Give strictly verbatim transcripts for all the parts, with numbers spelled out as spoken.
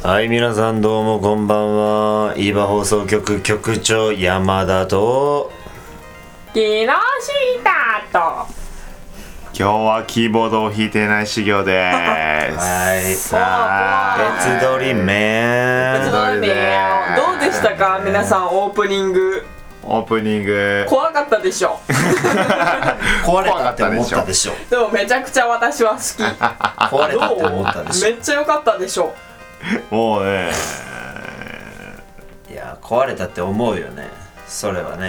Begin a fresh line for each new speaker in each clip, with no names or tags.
はい、皆さんどうもこんばんは。イーバ放送局局長山田と
木下と
今日はキーボードを弾いてない修行でーす。
はい、
さあ
別撮りめ
別
ー
撮りめどうでしたか皆さん。オープニング
オープニング
怖かったでしょ
壊れたって思ったでしょ。
でもめちゃくちゃ私は好き。
壊れたって思ったでしょ。
めっちゃ良かったでしょ。
もうね、
いや壊れたって思うよね、それはね。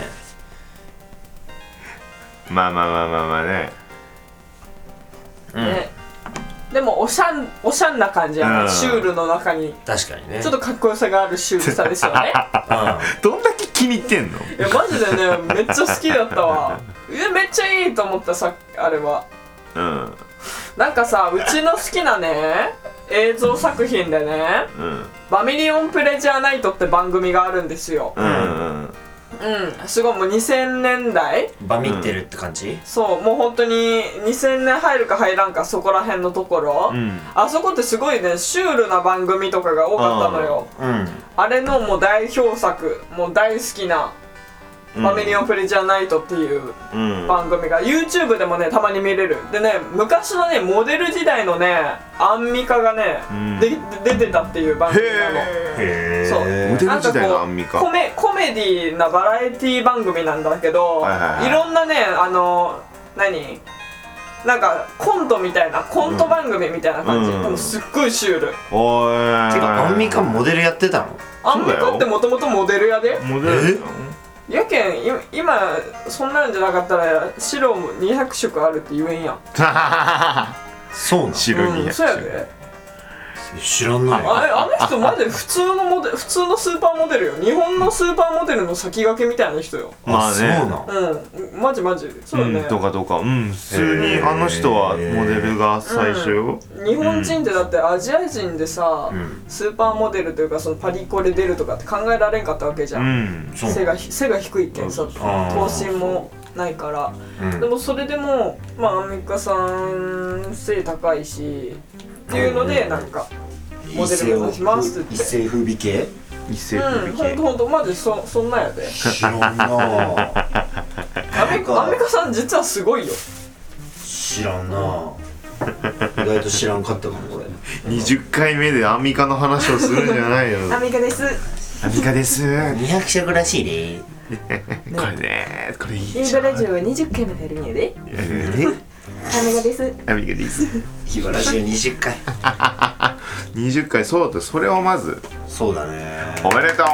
まあまあまあまあまあね、
うん、
ね、でもおしゃんおしゃんな感じやね、
うん、
シュールの中に
確かにね
ちょっとかっこよさがあるシュールさですよね
どんだけ気に入ってんの？
いやマジでねめっちゃ好きだったわ。いやめっちゃいいと思ったさあれは。
うん
なんかさ、うちの好きなね映像作品でね、
うん
バミリオンプレジャーナイトって番組があるんですよ。
うんうん
うん、すごいもうにせんねんだい、
バミってるって感じ、
そうもう本当ににせんねん入るか入らんかそこら辺のところ、
うん、
あそこってすごいねシュールな番組とかが多かったのよ。
うん、
あれのもう代表作、もう大好きなバミリオンプレジャーナイトっていう
うん
番組が YouTube でもねたまに見れる。でね、昔のねモデル時代のねアンミカがね、
うん
で出てたっていう番組なの。
へ
そう
ー
モデル時代のアンミカ
コメコメディなバラエティ番組なんだけど、
はいはいはい
いろんなねあの何なんかコントみたいなコント番組みたいな感じ、
うん
でもすっごいシュール。
おーい
てかアンミカモデルやってたの？
アンミカってもともとモデルやで。
モデル
やけんい今そんなんじゃなかったら白もにひゃくしょくあるって言えんやん。
そうなの？
白に
うん、そうやで。
知らない。
あれあの人マジで普通のモデル普通のスーパーモデルよ。日本のスーパーモデルの先駆けみたいな人よ。
まあね、
そうなの？
うんマジマジそうだね、
うん、とかとか、うん、普通にあの人はモデルが最初よ、
日本人ってだってアジア人でさ、
うん
スーパーモデルというかそのパリコレ出るとかって考えられんかったわけじゃ、
うんん、
そう
背がひ背が低いけんさ、
あー
頭身もないから、
うん
でもそれでもまあアンミカさん背高いしっていうのでなんかモデル目指しますって
一世風靡系？
一世
うん、
風靡系、
ほんとほんとマジそそんなんやで。
知らんなぁ。
アンミカアンミカさん実はすごいよ。
知らんなぁ。意外と知らんかったかもこれ。
にじゅっかいめでアンミカの話をするんじゃないよ。
アンミカです。
アンミカです
にひゃくしょくらしいで。
これね、これいい
イン
じゃん。
ドラジオはにじゅっかいまでやるんやで。
え？
アンミカです。
アンミカです
ヒバラジオにじゅっかい。
にじゅっかい、そうだ、それをまず
そうだね。
おめでと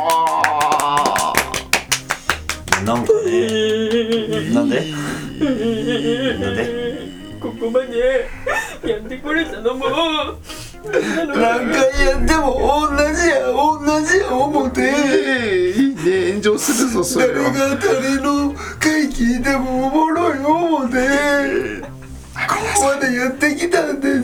なんかね。なんで？なんで？
ここまでやってくれたのも
何回やっても同じや同じや思て。
う。いいね、炎上するぞそれは。
誰が誰の回聞いてもおもろい思て。ここまでやってきたんです。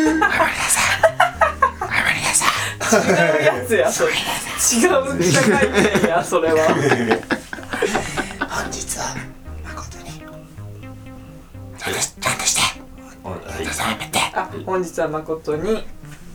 違うやつやそれ。違う記者会見やそれは。
本日は誠にちゃんとちゃんとして。やめて。
あ、本日は誠にこ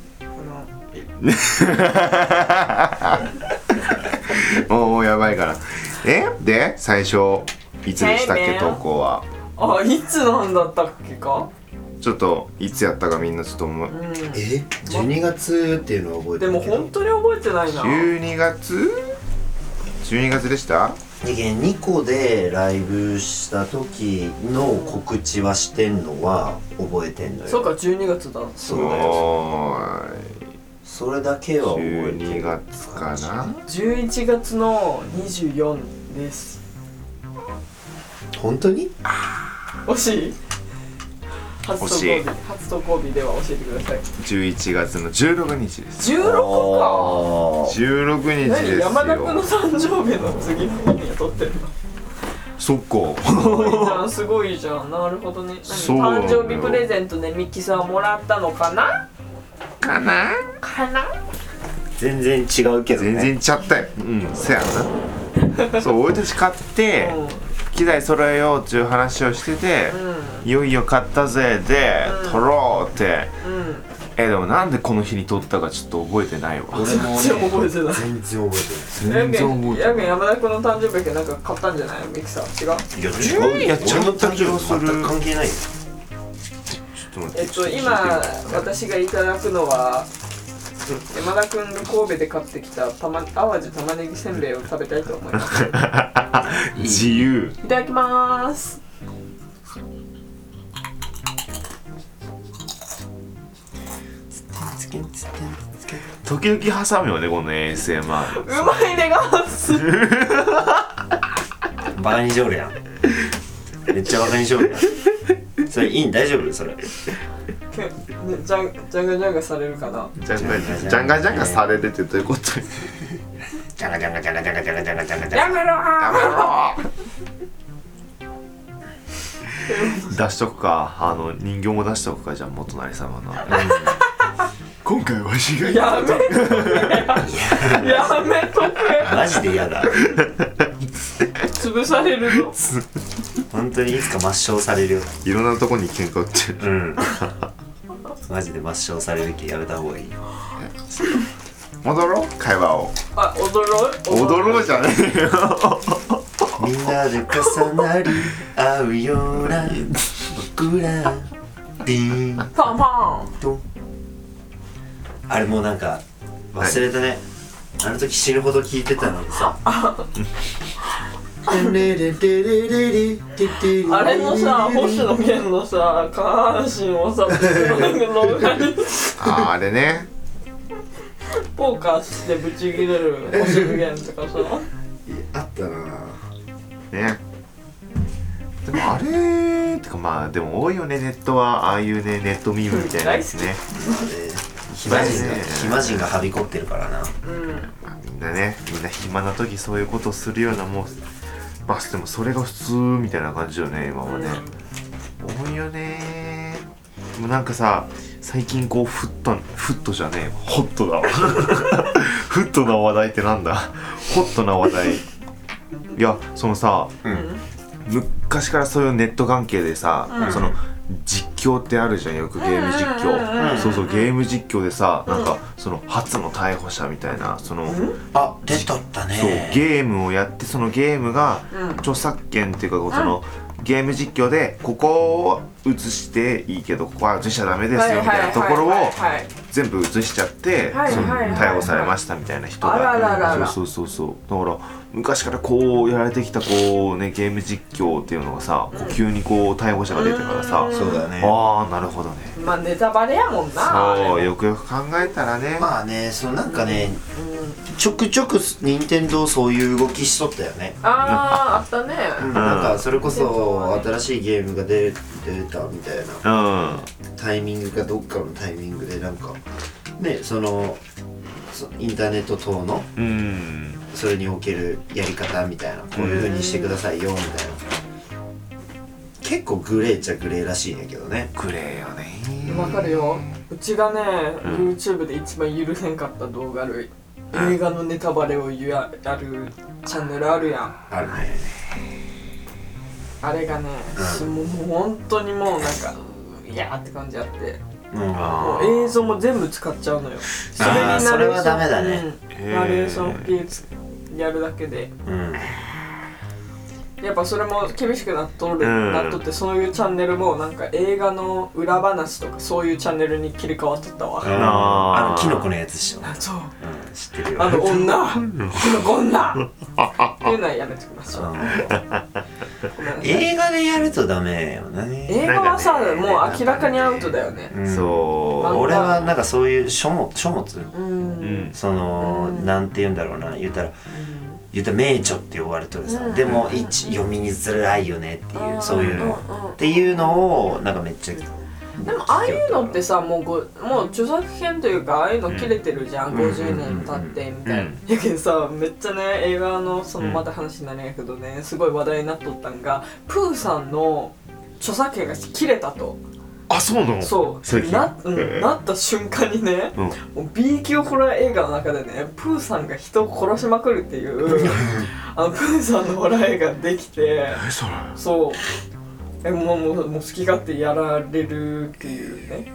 の
もうやばいからえで最初いつでしたっけ、投稿は。
あいつなんだったっけか。
ちょっといつやったかみんなちょっと思う。
うん。
え？じゅうにがつっていうのは覚えて
でも
るけど。
本当に覚えてないな。
じゅうにがつじゅうにがつでした。
にこでライブした時の告知はしてんのは覚えてんのよ。
そうかじゅうにがつだ。
そうだよ。
お
それだけは覚えてる。
じゅうにがつかな。
じゅういちがつのにじゅうよっかです。
本当に？
惜しい。初投稿
惜しい
日初投稿日では教えてください。
じゅういちがつのじゅうろくにちです。
じゅうろくか。
じゅうろくにちですよ。
何山田君の誕生日の次の日に撮ってるの。
そっか。
すごいじゃんすごいじゃん。なるほどね。
そう
何誕生日プレゼントでミキさんもらったのかな
かな。
かな。
全然違うけどね。
全然ちゃったよ。うん、そやな。そう、俺たち買って
うん
機材揃えようっていう話をしてて、いよいよ買ったぜで、
うん
撮ろうって
うん
えでもなんでこの日に撮ったかちょっと覚えてないわ。
俺も
全然覚えてない。
全然覚えてない。
全然覚えて
やけん
ない。
山田君の誕生日やけんなんか買ったんじゃないミキサー？違う？
いや違う。
いやちゃんと
俺の誕生日全く関係ないよ。
ちょっと待って。
えっと今私がいただくのは山田君が神戸で買ってきたたま淡路玉ねぎせんべいを食べたいと思います。い
自由。
ただきまーす。
時々挟むよねこの エーエスエムアール。
うまいねがーす。
バカにしおるやん。めっちゃバカにしおるやん。それいいん大丈夫それ。
けねじゃんじゃんがじゃんがされるかな。
ジャンガジャンガジャンガされるってどういうこと？
ジャガジャガジャガジャガジャガジャガジャガジャガ。
やめろー。
出しとくか。あの人形も出しとくか。じゃあ元成様の。今回わしが
やめとけ。やめとけ。
マジで嫌だ。
潰されるぞ。
本当にいつか抹消されるよ。
いろんなとこに喧嘩売ってる。
うん。マジで抹消されるけやめた方がいい。
戻ろう会話を。
あ、踊ろう
踊ろうじゃねえよ。
みんなで重なり合うような僕らピン
パンパン。
とあれもうなんか忘れたね。あの時死ぬほど聞いてたのにさ。
あれのさ、星野源のさ、下半身をさ、動画に
ああれね。
ポーカーしてぶち切れる星野源とかさ。
あったな。
ね。でもあれってかまあでも多いよねネットはああいうねネットミームみたいなやつね。
暇人が暇人がはびこってるからな。
うん。
まあみんなねみんな暇な時そういうことするようなもうまあでもそれが普通みたいな感じよね今はね。多いよね。でもなんかさ最近こうフットフットじゃねえホットだわ。フットな話題ってなんだ。ホットな話題。いやそのさ、
うん。
昔からそういうネット関係でさ、
うん、
その実況ってあるじゃんよくゲーム実況、
うん、
そうそうゲーム実況でさ、うん、なんかその初の逮捕者みたいなその、うん、
あ出とったね。
そうゲームをやってそのゲームが著作権っていうか、うん、そのゲーム実況でここを映していいけどここは映しちゃダメですよみたいなところを全部映しちゃって逮捕されましたみたいな人がそうそうそうそうだから昔からこうやられてきたこうねゲーム実況っていうのがさ急にこう逮捕者が出てからさ
そうだね
ああなるほどね
まあネタバレやもんな
そうよくよく考えたらね
まあねそうなんかね、うん、ちょくちょく任天堂そういう動きしとったよね
あああったね、
うん、なんかそれこそ新しいゲームが出出たみたいな、うん、タイミングかどっかのタイミングでなんかねそのインターネット等の、うん、それにおけるやり方みたいなこういう風にしてくださいよみたいな結構グレーっちゃグレーらしいんやけどね
グレーよね
わかるようちがね、うん、YouTube で一番許せんかった動画類映画のネタバレをやるチャンネルあるやん
あるね
あれがね、うん、もう本当にもうなんかいやーって感じあってうん、もう映像も全部使っちゃうのよ
それにナレーションそれはダメだね、
うん、ナレーション系やるだけで、うん、やっぱそれも厳しくなっとる、うん、なっとってそういうチャンネルもなんか映画の裏話とかそういうチャンネルに切り替わっとったわ
あ, あのキノコのやつでしょ
そう、うん、
知ってるよ
あの女キノコ女っていうのはやめてきましょう
映画でやるとダメよね
映画はさ、ね、もう明らかにアウトだよね、
うん、そう俺はなんかそういう書物書物、うん、その、うん、なんて言うんだろうな言ったら、うん、言ったら名著って呼ばれてるさ、うん、でも一読みにづらいよねっていう、うん、そういうの、うん、っていうのをなんかめっちゃ
でもああいうのってさもうごもう著作権というかああいうの切れてるじゃん、うん、ごじゅうねん経ってみたいな、うん、やけどさめっちゃね映画のそのまた話になるんやけどねすごい話題になっとったんがプーさんの著作権が切れたと
あそうなの
そうな、うん、なった瞬間にね、うん、もう B 級ホラー映画の中でねプーさんが人を殺しまくるっていうあのプーさんのホラー映画できて
何それ
そうえもうもうもう好き勝手やられるっていうね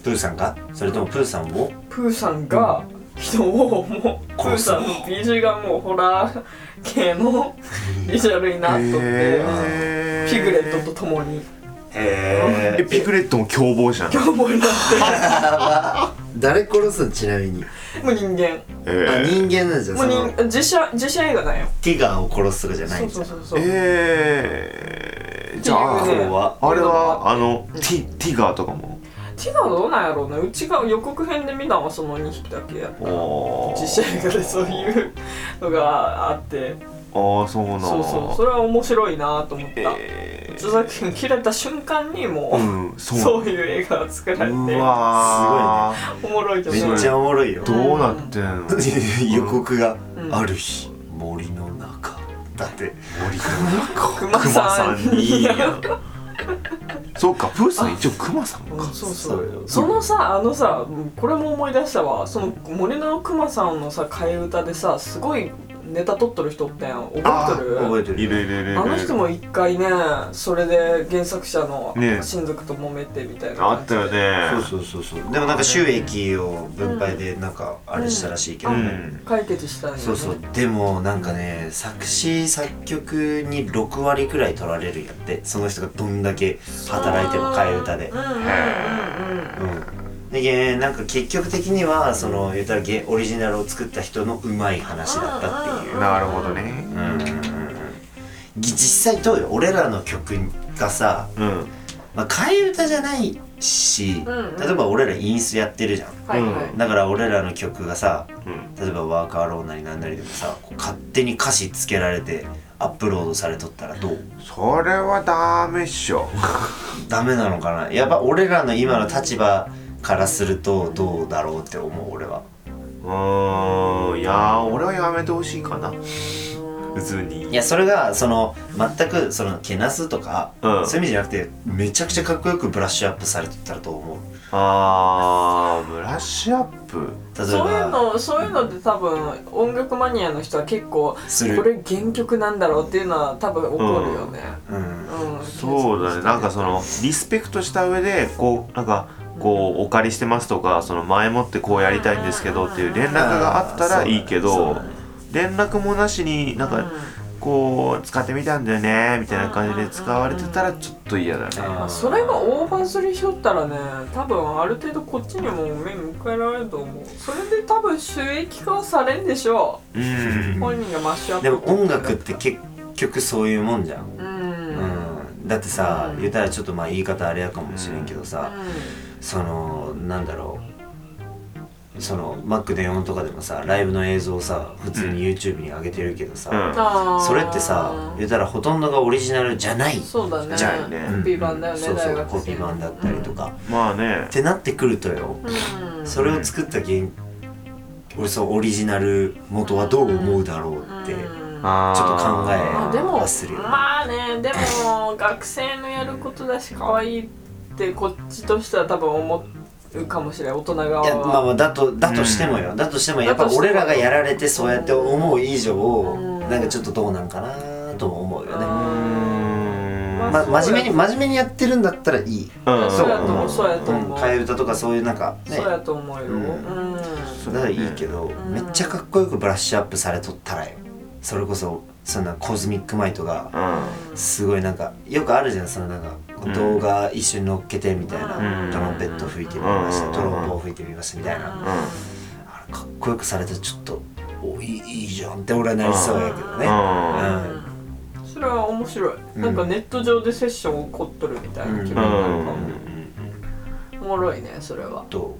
プーさんがそれともプーさんを
プーさんが人をもうプーさんのビジュがもうホラー系のビジュアルになっとって、
へー
ピグレットと共に
へ
えピグレットも凶暴じゃん。
凶暴になって
誰殺すんちなみに
もう人間
え
あ人間なんじゃん
も
そうの
人実写実写映画だよ。
ティガーを殺すとかじゃないんじゃ
そうんそうそうそう、
えー、じゃあ、
っていうね
怖
あれはあのティティガーとかも。
ティガーどうなんやろうね。うちが予告編で見たのはそのにひきだけやった。
おー
実写映画でそういうのがあって、
ああそうな。
そうそう、それは面白いなと思った。
え
著作権切れた瞬間にもう、
ー、うんそう
そういう映画が作られて、
うわ
おもろいけど
めっちゃおもろいよ
ーどうなってんの。
予告が、
うん
ある日森の中だって森の
クマさん
クマさんにいいやん。そうかプーさん一応クマさんか。
うんそうそ
そうよ
うそのさあのさこれも思い出したわ。その森のくまさんのさ替え歌でさすごいネタ取っとる人おったやん。覚えてる？
覚えてる
いるいるいるいる。
あの人も一回ねそれで原作者の
ね
親族と揉めてみたいな
あったよね。
そうそうそうそうでもなんか収益を分配でなんかあれしたらしいけどね、
うん
解決したんよね。
そうそうでもなんかね作詞作曲にろくわりくらい取られるんやって。その人がどんだけ働いても替え歌で
うんうんうんうん
うんでなんか結局的にはその言ったらゲオリジナルを作った人のうまい話だったっていう。
なるほどね。
うんうんうんうん実際どうよ俺らの曲がさ、
うん
まあ、替え歌じゃないし、
うんうん
例えば俺らインストやってるじゃん。
はいはい、
だから俺らの曲がさ
うん
例えばワーカーローなりなんなりでもさこう勝手に歌詞つけられてアップロードされとったらどう？
それはダメっしょ。
ダメなのかな。やっぱ俺らの今の立場からするとどうだろうって思う俺は。
うーんいやー俺はやめてほしいかな普通に。
いやそれがその全くそのけなすとか、
うん
そういう意味じゃなくてめちゃくちゃかっこよくブラッシュアップされとったらと思う。
あーブラッシュアップ。
例え
そういう
ば
のそういうのって多分音楽マニアの人は結構
する
これ原曲なんだろうっていうのは多分起こるよね。
うん
うん、
そうだねなんかそのリスペクトした上でこうなんかこうお借りしてますとかその前もってこうやりたいんですけどっていう連絡があったらいいけど
そうだね
連絡もなしになんかこう使ってみたんだよねみたいな感じで使われてたらちょっと嫌だね。
まあそれが大バズりしよったらね多分ある程度こっちにも目向けられると思う。それで多分収益化はされんでしょ
う
う。
ん
本人がマッシュアップ
でも音楽って結局そういうもんじゃん。
うん、
うん、だってさ、
うん
言ったらちょっとまあ言い方あれやかもしれんけどさ、そのなんだろうその Mac 電音とかでもさライブの映像をさ普通に YouTube に上げてるけどさ、
うん
あー
それってさ言ったらほとんどがオリジナルじゃない
そうだね
じゃあね
コピー版だよね、
そうそう
大学生
コピー版だったりとか、
まあね
ってなってくるとよ、
うん
それを作った原俺そうオリジナル元はどう思うだろうって、
うん
あー
ちょっと考え
まあでも
はするよね。
まあねでも学生のやることだし可愛いってこっちとしては多分思うかもしれない大人側
いやまあま
は。
あだとだとしてもよ、だとしてもやっぱ俺らがやられてそうやって思う以上、
うん
なんかちょっとどうなんかなとも思うよね。
うん
ま真面目に真面目にやってるんだったらいい。
うん
そうやと思うそうやと思う
うん替え歌とかそういうなんかね
そうやと思うよ。
うん
うん
だからいいけど、
ん
めっちゃかっこよくブラッシュアップされとったらよ。それこそそんなコズミックマイトが
うん
すごいなんかよくあるじゃんそのなんか
うん
動画一緒に乗っけてみたいな、
うん
トランペット吹いてみました、
うん
トロンボーン吹いてみましたみたいな、
うん
う
あれかっこよくされてちょっとおいいいいじゃんって俺はなりそうやけどね。
うん
それは面白い、
うん
なんかネット上でセッション起こっとるみたいな気分になるかも、おもろいねそれは。
と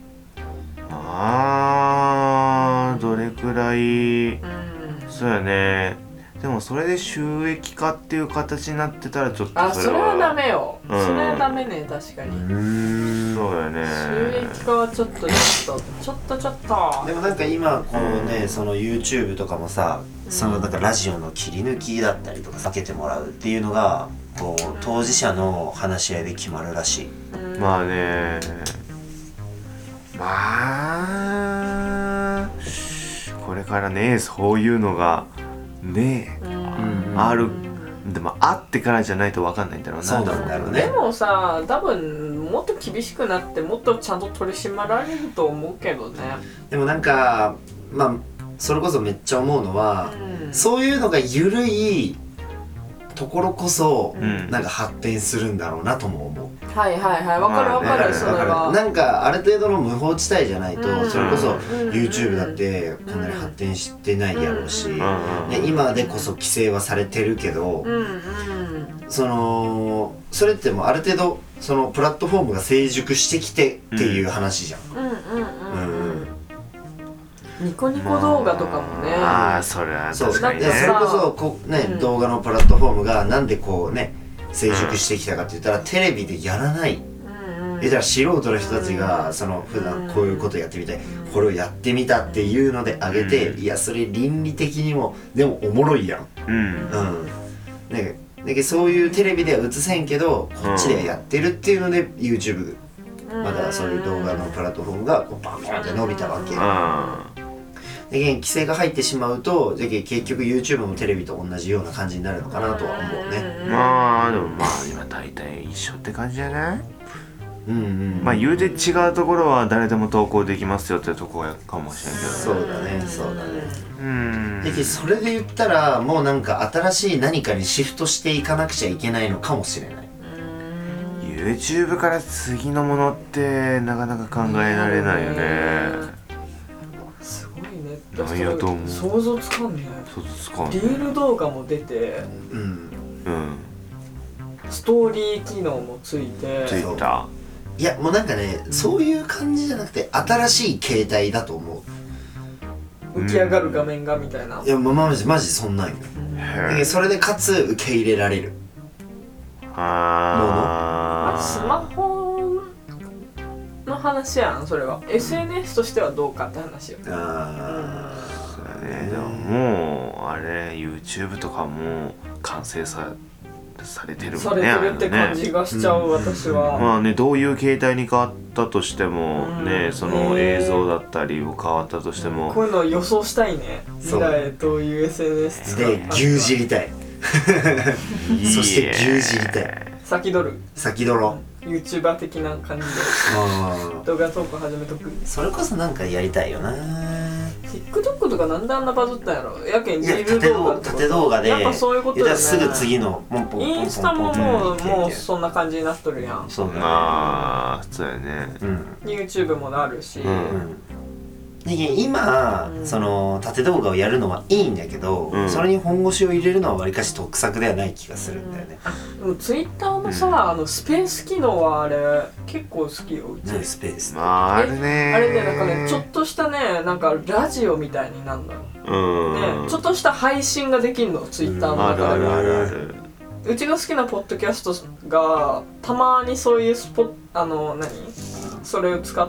あーどれくらい
うん
そうやねでもそれで収益化っていう形になってたらちょっと
あそれはダメよ、
うん
それはダメね確か
う
に、
ーん
そうやね
収益化はちょっとちょっとちょっとちょっと
でもなんか今こうね、その YouTube とかもさそのなんかラジオの切り抜きだったりとか避けてもらうっていうのがこう当事者の話し合いで決まるらしい。
うん
まあねまあこれからねそういうのがね
うん
あるでも会ってからじゃないと分かんないんだろうな
そうなんだろうね
でもさ多分もっと厳しくなってもっとちゃんと取り締まられると思うけどね。
でもなんかまあそれこそめっちゃ思うのは、うん、そういうのが緩いところこそ、うん、なんか発展するんだろうなとも思う。
はいはいはい、わかるわかる、まあね、それは
なんかある程度の無法地帯じゃないと、うん、それこそ YouTube だってかなり発展してないやろうし、うんうんね、今でこそ規制はされてるけど、うんうん、そのそれってもうある程度そのプラットフォームが成熟してきてっていう話じゃん。うんうんうんうん
ニコニコ動画とかもね、
ああそれは確かにね。
それこそこう、ねうん、動画のプラットフォームがなんでこうね成熟してきたかって言ったら、うん、テレビでやらない、うんうん、えじゃあ素人の人たちがその普段こういうことやってみたい、うん、これをやってみたっていうので上げて、うん、いやそれ倫理的にもでもおもろいやん。うん、うんね、だけどそういうテレビでは映せんけどこっちではやってるっていうので YouTube まだそういう動画のプラットフォームがこうバンバンって伸びたわけ。うんで規制が入ってしまうとで結局 YouTube もテレビと同じような感じになるのかなとは思うね。
まあでもまあ今大体一緒って感じじゃない？うんうん、まあ言うて違うところは誰でも投稿できますよってところかもしれんけど、ね、
そうだねそうだね。うんでそれで言ったらもうなんか新しい何かにシフトしていかなくちゃいけないのかもしれない。
YouTube から次のものってなかなか考えられないよね。
なんやと思う。想像つかんね。
想像つかんね。
リール動画も出て、うん、うん、ストーリー機能もついて、
ついた。
いやもうなんかね、うん、そういう感じじゃなくて新しい形態だと思
う。浮き上がる画面がみたいな。
いやまマジマジそんなんよ。うん、それでかつ受け入れられる。
ああ。スマホの話やんそれは。エスエヌエス としてはどうかって話よ。あ
あ。そうだね。でももうあれ YouTube とかも完成さされてるもんね。
されてるって感じがしちゃう、うん、私は。
まあねどういう形態に変わったとしても、うん、ねその映像だったりも変わったとしても、
こういうのを予想したいね。未来どういう エスエヌエス 使う
で牛耳りたい。そして牛耳りたい。
先取る。
先取ろ
う。YouTuber 的な感じで動画投稿始めとく。
それこそなんかやりたいよな。
TikTok とかなんであんなバズったんやろ。やけんリール動画
縦動画で
やっぱそういうことよね。
すぐ次のポンポンポンポンポン
インスタももう、うん、もうそんな感じになっとるやん。
そうだね。
ああそうやね、
うん、YouTube もあるし、うん、
今、うん、その縦動画をやるのはいいんだけど、うん、それに本腰を入れるのはわりかし得策ではない気がするんだよね。
うん、Twitter のさ、うん、あのスペース機能はあれ結構好きよ。うち
ねスペース。
まああれね
あれでなんかねちょっとしたねなんかラジオみたいになるのよ。うんねちょっとした配信ができるの Twitter の中で。あるあるある。うちが好きなポッドキャストがたまにそういうスポあの何それを使って、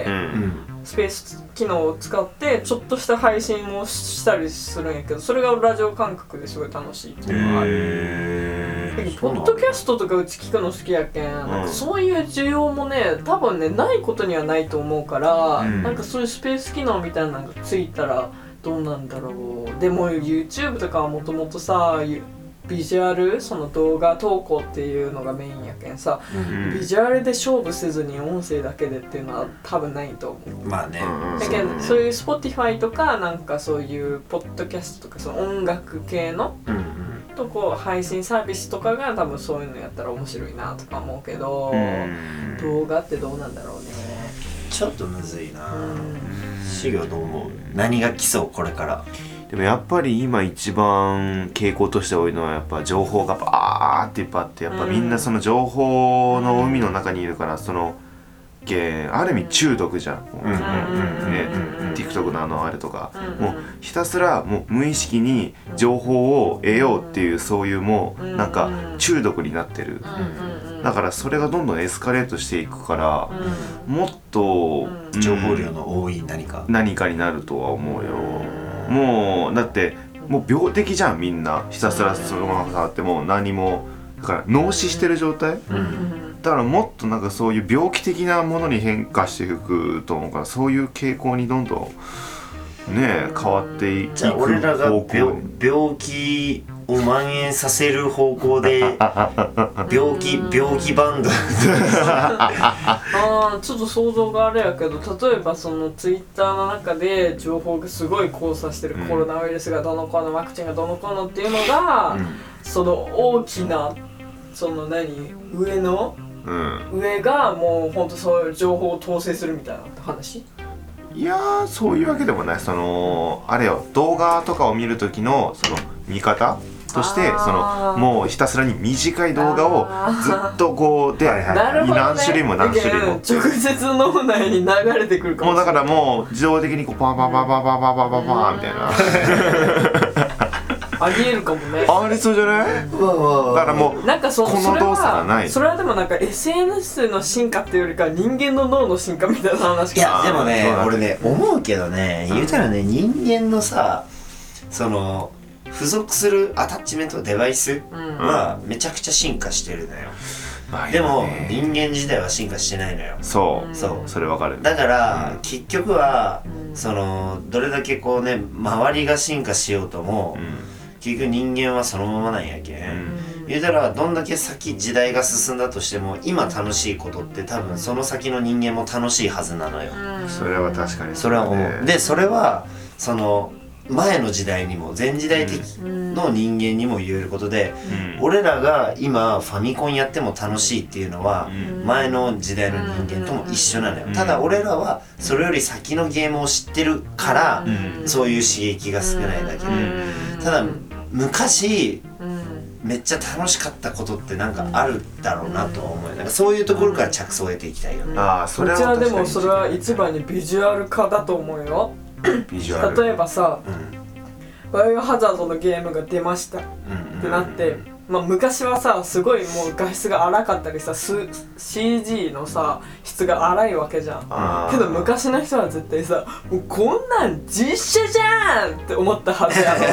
うん、スペース機能を使ってちょっとした配信をしたりするんやけど、それがラジオ感覚ですごい楽しいっていうのがある。ポッドキャストとかうち聞くの好きやけん、うん、なんかそういう需要もね多分ねないことにはないと思うから、うん、なんかそういうスペース機能みたいなのがついたらどうなんだろう。でも YouTube とかはもともとさビジュアルその動画投稿っていうのがメインやけんさ、うん、ビジュアルで勝負せずに音声だけでっていうのは多分ないと思う。
まあね。
だけどそういう Spotify とかなんかそういうポッドキャストとかその音楽系の、うん、とこ配信サービスとかが多分そういうのやったら面白いなとか思うけど、うん、動画ってどうなんだろうね。
ちょっとむずいな。シゲはどう思う？何が来そうこれから。
でもやっぱり今一番傾向として多いのはやっぱ情報がバーっていっぱいあって、やっぱみんなその情報の海の中にいるから、そのある意味中毒じゃん。TikTok のあのあれとか、もうひたすらもう無意識に情報を得ようっていうそういうもうなんか中毒になってる。だからそれがどんどんエスカレートしていくから、もっと
情報量の多い何か
何かになるとは思うよ。もうだってもう病的じゃんみんな。ひたすらそのまま触っても何もだから脳死してる状態、うん、だからもっとなんかそういう病気的なものに変化していくと思うから、そういう傾向にどんどんね変わっていく。
じゃあ俺らが病、病気を蔓延させる方向で病気病気バンド
ああちょっと想像があれやけど、例えばそのツイッターの中で情報がすごい交差してる、うん、コロナウイルスがどのこのワクチンがどのこのっていうのが、うん、その大きなその何上の、うん、上がもうほんとそういう情報を統制するみたいな話。
いやーそういうわけでもない。そのあれよ、動画とかを見る時のその見方としてそのもうひたすらに短い動画をずっとこうで、ね、何種類も何種類も
直接脳内に流れてくるかもしれない。
もうだからもう自動的にこうパンパンパンパンパンパンパンパンパンみたいな
ありえるかもね。
ありそうじゃない？だからもう
なんかそ
この動作がない。
それはでもなんか エスエヌエス の進化っていうよりか人間の脳の進化みたいな話か。
いやでもね俺ね思うけどね、言うたらね人間のさその付属するアタッチメントデバイスはめちゃくちゃ進化してるのよ、うん、でも人間自体は進化してないのよ。
そうそうそれわかる。
だから、うん、結局はそのどれだけこうね周りが進化しようとも、うん、結局人間はそのままなんやけん、うん、言うたらどんだけ先時代が進んだとしても今楽しいことって多分その先の人間も楽しいはずなのよ、
うん、それは確かに
それは思う。でそれはその前の時代にも前時代的の人間にも言えることで、うん、俺らが今ファミコンやっても楽しいっていうのは前の時代の人間とも一緒なのよ、うん、ただ俺らはそれより先のゲームを知ってるから、うん、そういう刺激が少ないだけで、うん、ただ昔、うん、めっちゃ楽しかったことってなんかあるだろうなと思う。なんかそういうところから着想を得ていきたいよね、うん、
あそれは確かに。こちらでもそれは一番にビジュアル化だと思うよビジュアル。例えばさ、うん、バイオハザードのゲームが出ましたってなって、まあ、昔はさすごいもう画質が荒かったりさ シージー のさ質が荒いわけじゃん。けど昔の人は絶対さもうこんなん実写じゃんって思ったはずやろ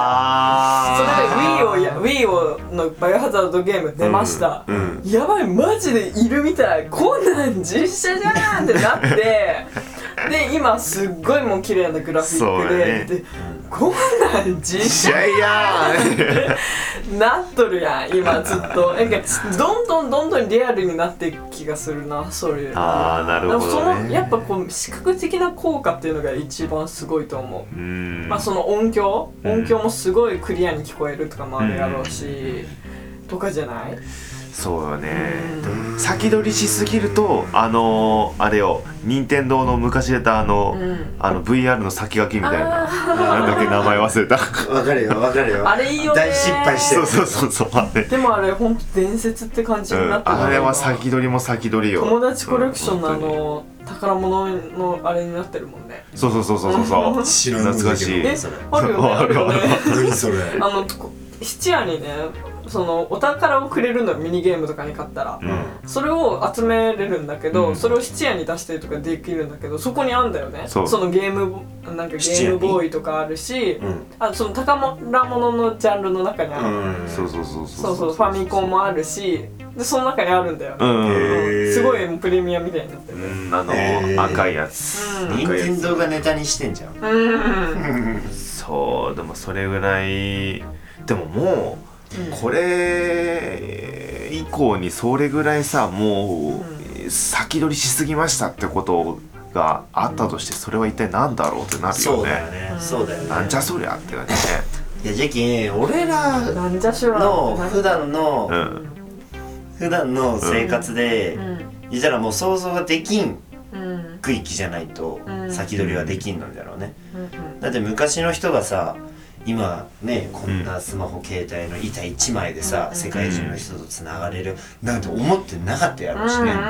それで Wii をや Wii をのバイオハザードゲーム出ました、うんうん、やばいマジでいるみたいこんなん実写じゃんってなってで今すっごいもう綺麗なグラフィックで、ね、でこんなん実写やんなっとるやん今ずっとなんかどんどんどんどんリアルになっていく気がするなそれ。
あーなるほどね。
そのやっぱこう視覚的な効果っていうのが一番すごいと思う。うん、まあその音響音響もすごいクリアに聞こえるとかもあるやろうし、うん、とかじゃない？
そうよね、うん、先取りしすぎるとあのー、あれよ任天堂の昔出たあの、うん、あの ブイアール の先駆けみたいななんだっけ名前忘れた
わかるよわかるよ
あれいいよね
大失敗してる
そうそうそうそう
でもあれほんと伝説って感じになってる、
うん、あれは先取りも先取りよ。
友達コレクションのあの、うん、宝物のあれになってるもんね。
そうそうそうそうそう懐かしい。
えあるよねあるよね
何それ
あの質屋にねそのお宝をくれるのミニゲームとかに買ったら、うん、それを集めれるんだけど、うん、それを質屋に出したりとかできるんだけどそこにあんだよね。そのゲームなんかゲームボーイとかあるし、うん、あその宝物のジャンルの中にある、うん、
そうそうそう
そうそうファミコンもあるしでその中にあるんだよね、うん、すごいプレミアみたいになってる、
うん、あの赤いやつ
任天堂がネタにしてんじゃん、
うん、
そうでもそれぐらいでももうこれ以降にそれぐらいさもう先取りしすぎましたってことがあったとしてそれは一体何だろうってなるよね。
そうだよねそうだよね
なんじゃそりゃって感じね。
いやじゃき俺らの普段の、うん、普段の生活で、うん、言ったらもう想像ができん区域じゃないと先取りはできんのだろうね、うん、だって昔の人がさ今ねこんなスマホ携帯の板一枚でさ、うん、世界中の人とつながれるなんて思ってなかったやろうしね。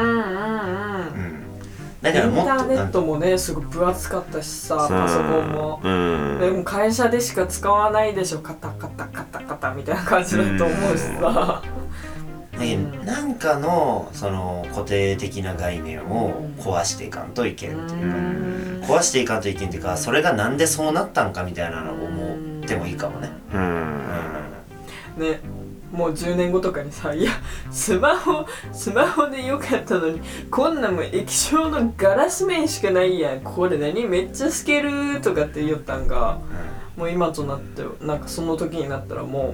だからもっとインタ
ーネットもねすごい分厚かったしさパソコンも、うん、でも会社でしか使わないでしょカタカタカタカタみたいな感じだと思うしさ、
うん、なんかのその固定的な概念を壊していかんといけんっていうか、うん、壊していかんといけんっていうかそれがなんでそうなったんかみたいなのを思ってもいいかもね。うん、うん、
ねもうじゅうねんごとかにさいやスマホスマホでよかったのにこんなもん液晶のガラス面しかないやんこれ何めっちゃ透けるとかって言ったんが、うん、もう今となってなんかその時になったらも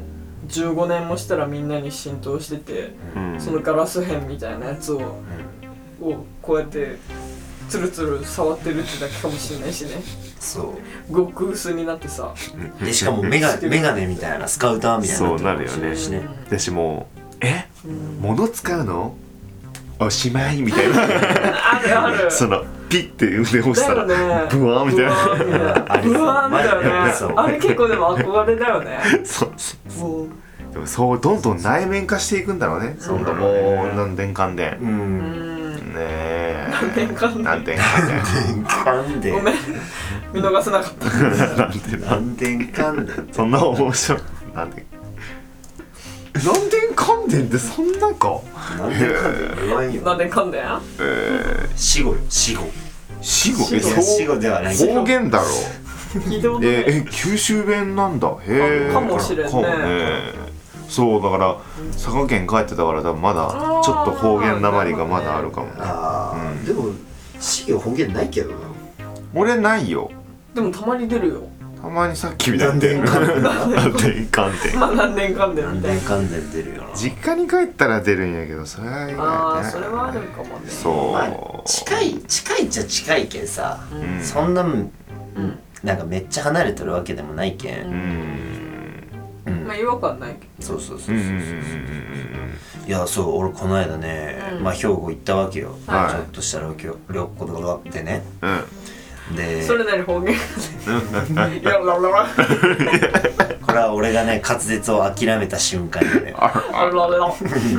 じゅうごねんもしたらみんなに浸透してて、うん、そのガラス片みたいなやつを、うん、をこうやってツルツル触ってるってだけかもしれないしね。
そう
極薄になってさ、
でしかもメガメガネみたいなスカウターみたいな
そうなるよね。私もうえ、うん、物使うのおしまいみたいな
あるある
そのピッて腕押したら、ね、ブワーみたいな
ブワーみたいなねあれ結構でも憧れだよね
そうそうそうでもそうどんどん内面化していくんだろうね。そんなもう何年間でうんねえ
何年間で
何年間で
何年間で
ごめん見逃せなかった
何年間で
そんな面白いなんで何年関連ってそんなか
何年関連言わんよ
何年関連
えー
死後よ死後
死後
えそう死後ではない
方言だろ
聞いたことない
えー、九州弁なんだへえ
かもしれんね
かもねそうだから佐賀県帰ってたから多分まだちょっと方言なまりがまだあるかも、ね、
ああ、うん、でも死後方言ないけどな
俺ないよ。
でもたまに出るよ
たまにさっきみたいに何年間で何年間で
まあ何年間で
何年間で出るよな。
実家に帰ったら出るんやけどそれは
ああそれはあるかもね。
そう、ま
あ、近い近いっちゃ近いけんさ、うん、そんな、うん、なんかめっちゃ離れてるわけでもないけん、
うん、まあ違和感ないけ
どそうそうそうそうそうそういやそう俺この間ね、うん、まあ兵庫行ったわけよ、はい、ちょっとした旅行旅行とかがあってね、うんで
それなり方言いやららら
これは俺がね滑舌を諦めた瞬間にね
あららら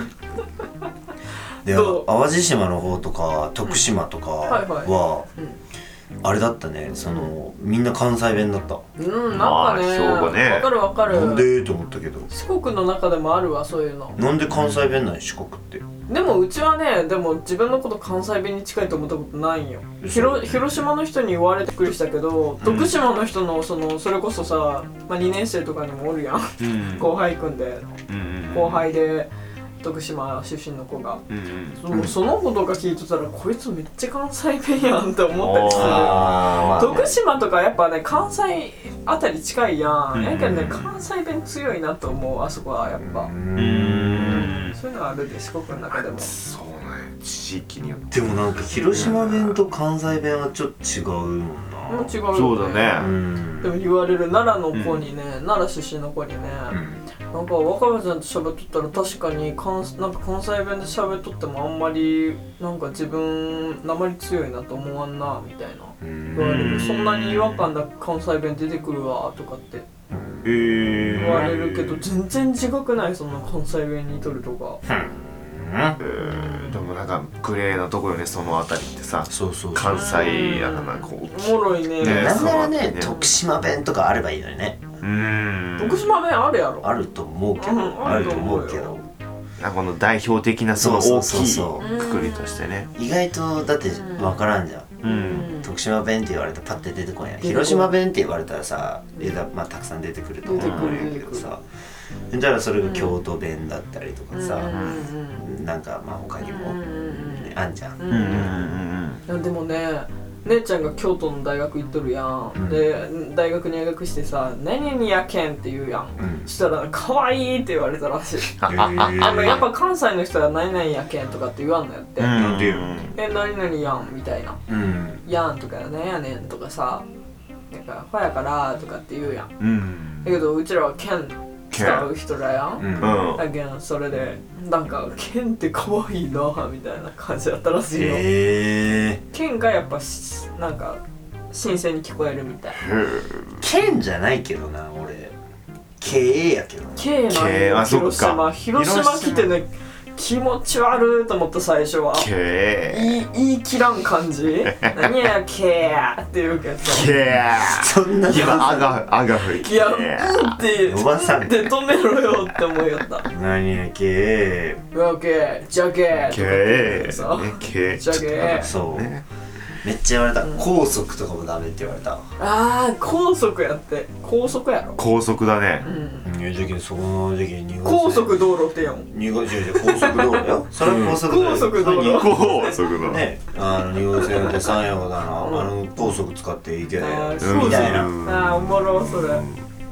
で淡路島の方とか徳島とかは、うんはいはいうんあれだったね、そのみんな関西弁だった。
うん、なんかね、
兵庫ね
わかるわかる。
なんでと思ったけど。
四国の中でもあるわそういうの。
なんで関西弁なん四国って。
でもうちはね、でも自分のこと関西弁に近いと思ったことないんよ。広広島の人に言われてびっくりしたけど、うん、徳島の人のそのそれこそさ、まあにねん生とかにもおるやん。うん、後輩くんで、うん、後輩で。徳島出身の子が、うんうん、その子とか聞いとったらこいつめっちゃ関西弁やんって思ったりする、まあね、徳島とかやっぱね関西あたり近いやん、うん、やけどね関西弁強いなと思うあそこはやっぱうんそういうのあるで四国の中でも
そうね地域によって
でもなんか広島弁と関西弁はちょっと違うもんな
もう違うよね
そうだね、
うん、でも言われる奈良の子にね、うん、奈良出身の子にね、うんなんか若林さんと喋っとったら確かに関なんか関西弁で喋っとってもあんまりなんか自分訛り強いなと思わんなみたいな言われるそんなに違和感なく関西弁出てくるわとかって言われるけど全然違くないそんな関西弁にとるとか
えー、でもなんかグレーなとこよねそのあたりってさ
そうそうそう
関西やなこ
うおもろいね
なんならね徳島弁とかあればいいのにね
うん徳島弁あるやろ
あると思うけど、うん、あると思うけど
この代表的なその大きいくくりとしてね
意外とだって分からんじゃん、うん、徳島弁って言われたらパッて出てこんや広島弁って言われたらさ、まあ、たくさん出てくると思うんやけどさだからそれが京都弁だったりとかさ、うん、なんかまあ他にも、ね、あんじゃん、うんうん
うん、でもね姉ちゃんが京都の大学行っとるやん、うん、で大学入学してさ「何々やけん」って言うやん、うん、そしたら「かわいい」って言われたらしいあのやっぱ関西の人は「何々やけん」とかって言わんのやって、うん、え何々やんみたいな、うん、やんとかなんやねんとかさなんかほやからとかって言うやん、うん、だけどうちらはけん使う人らやん、うん、だけどそれでなんか剣って可愛いなみたいな感じだったらしいよ、えー、剣がやっぱなんか新鮮に聞こえるみたい
剣じゃないけどな俺経やけどな
経なんよ広島広島来てね気持ち悪いと思った最初は言い言い切らん感じ何やけーって言うけど
けー
そんな
今あがあが吹い
ていやうんって
おばさん
って止めろよって思いやった
何やけ
ーうわけーじゃけー
けーけ
ーじゃけー
そう、ねめっちゃ言われた、うん、高速とかもダメって言われた
あー高速やって高速やろ
高速だね
うんいやじゃけんそこのじゃけんにご
高速道路ってやん
にごじゃ高速道路よそれは高速道路
高速道路
高速道路
ねあのに号線でさんやごだな、うん、あの高速使っていけないみたいな
あーおもろそれ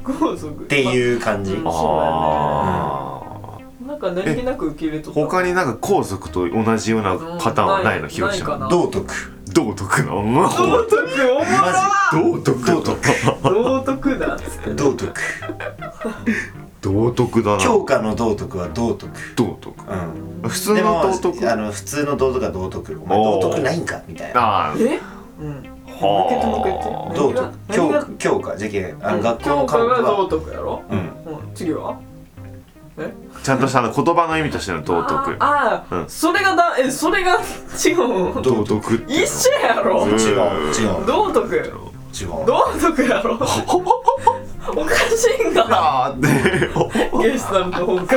高速
っていう感じ、
うん
あ
なんか何気なく受け入れとった。
他になんか皇族と同じようなパターンはないの、
うん
広島。
ないかな
道徳
道徳の
道徳おもろ
道徳
道徳
道徳だっつって
道徳
道徳だな。
教科の道徳は道徳。
道徳。
うん。
普通の道徳。
でもあの普通の道徳は道徳。お前道徳ないんかみたいな。
ああ。
え？うん。
はあ。
もう一回
道徳。教教科じゃけんあの学校の科目は
教科が道徳やろ。
うん。
うん。次は？え？
ちゃんとした言葉の意味としての道徳。
ああ、それがだえそれが違う。
道徳って
一緒やろ。
違う違う。
道徳やろ。
違う。
道徳やろ。おかしいんか。
あーで
ゲストの方が。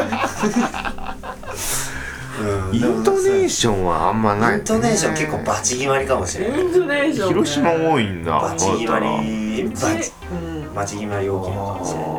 イントネーションはあんまない。
イントネーション結構バチ決まりかもしれない。
イントネーション。
広島多いんだ。
バチ決まり。バチ
うん。
バチ決まり大きいのかもしれない。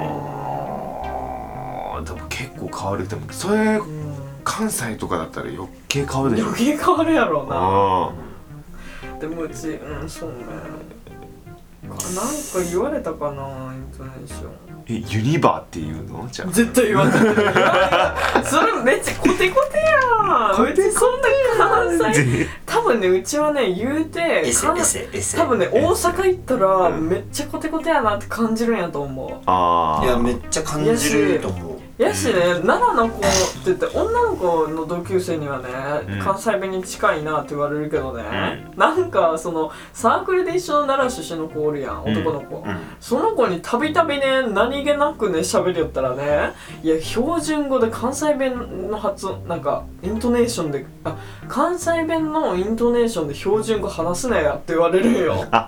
ああ、でも結構変わる。でもそれ関西とかだったら余計変わるでしょ。
余計変わるやろうな。
あ
でもうちうんそうね。なんか言われたかなイントネーション。
え、ユニバーっていうの？じゃあ。
絶対言われた。それめっちゃコテコテやん。
コテコテ
うちそんな関西。多分ねうちはね言うて
エセエセエセ。
多分ね大阪行ったら
うん
めっちゃコテコテやなって感じるんやと思う。
ああ。
いやめっちゃ感じると思う。
やしね、奈良の子って言って女の子の同級生にはね、
うん
関西弁に近いなって言われるけどね、うん、なんかそのサークルで一緒の奈良出身の子おるやん、男の子、うんうん、その子にたびたびね何気なくね喋りよったらね、いや標準語で関西弁の発音なんかイントネーションであ関西弁のイントネーションで標準語話すなやって言われるよ。もう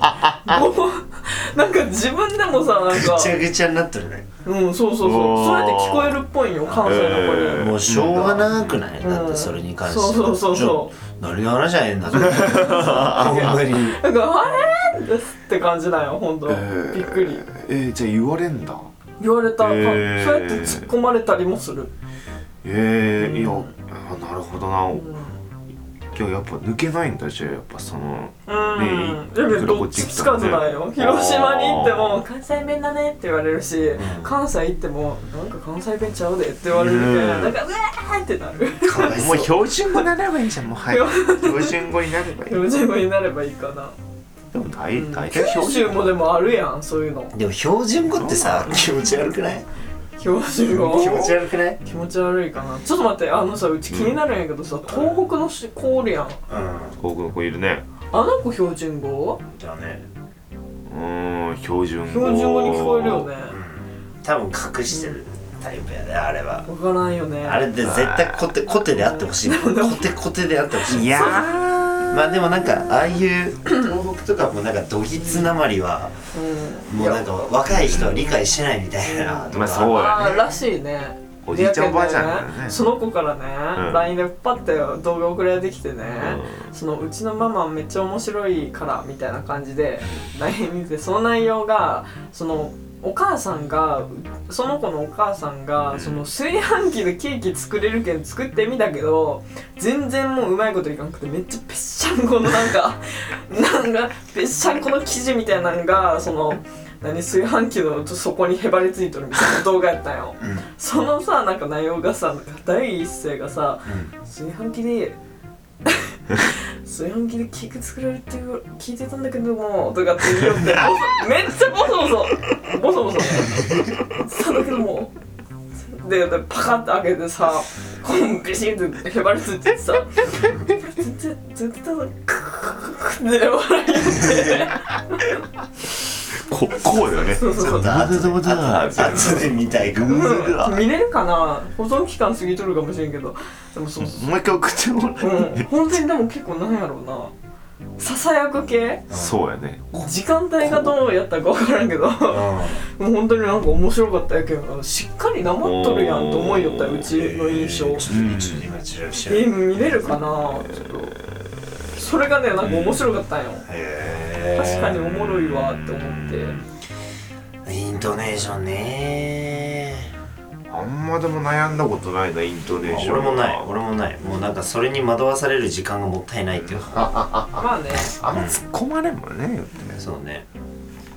なんか自分でもさなんか
ぐちゃぐちゃになってるね。
うんそうそうそうそうやって聞こえるっぽいよ関西の子に、
えー、もうしょうがなくない、うん、だってそれに関しては、
うん、そうそうそうそう
何の話じゃねえんだほんまに
なんかあれですって感じだよほんと、えー、びっくり
えー、じゃあ言われんだ
言われた、
えー、
そうやって突っ込まれたりもする
えー、
うん、
いやなるほどな、うん今日やっぱ抜けないんだじゃあやっぱその
うんねえどっちつかずだよ広島に行っても関西弁だねって言われるし、うん、関西行ってもなんか関西弁ちゃうでって言われるけどなんかうわーってなる
もう標準語になればいいじゃんもうはい標準語になればいい
標準語になればいいかな
でも大体
九州もでもあるやんそういうの
でも標準語ってさ気持ち悪くない
標準語
気持ち悪くない
気持ち悪いかなちょっと待ってあのさうち気になるんやけどさ、うん、東北の子おるやん、うん、
東北の子いるね
あの子標準語
じゃあね
うーん標準語
標準語に聞こえるよね、
うん、多分隠してるタイプやねあれは
分からんよね
あれって絶対コテコテであってほしいコテコテであってほしい
いやー
まあでもなんかああいう東北とかもなんかどぎつなまりは、うん、もうなんか若い人は理解してないみたいな、
うん、まあそうやね
らしいね
おじいちゃんおばあちゃんだよね
その子からね、うん、ライン でパッて動画送られてきてね、うん、そのうちのママめっちゃ面白いからみたいな感じで ライン 見てその内容がそのお母さんがその子のお母さんがその炊飯器でケーキ作れるけん作ってみたけど全然もううまいこといかなくてめっちゃぺっしゃんこのなんかなんかぺっしゃんこの生地みたいなのがその何炊飯器の底にへばりついてるみたいな動画やったんよ、うん、そのさなんか内容がさ第一声がさ、うん、炊飯器で炊飯器でケーキ作れるって聞いてたんだけどもとかって言うよってめっちゃボソボソボソボソしたんだけどもでパカッて開けてさこのビシッてへばりついてさ全然全然ただククククって笑いって
ここうだよね
そうそうそう
後で見たいかも
見れるかな保存期間過ぎとるかもしれんけどでもそうそう
もう一回送ってもら
う、うん、本当にでも結構なんやろうなささやく系
そうやね
時間帯がどうやったか分からんけどもう本当になんか面白かったやけどしっかりなまっとるやんと思いよったうちの印象、うん、え見れるかなちょっとそれがねなんか面白かったんよ、へ確かにおもろいわって思って
イントネーションね
あんまでも悩んだことないなイントネーション、
俺もない俺もないもうなんかそれに惑わされる時間がもったいないっていうか
まあね
あんま突っ込まれんもんね、
うん、そうね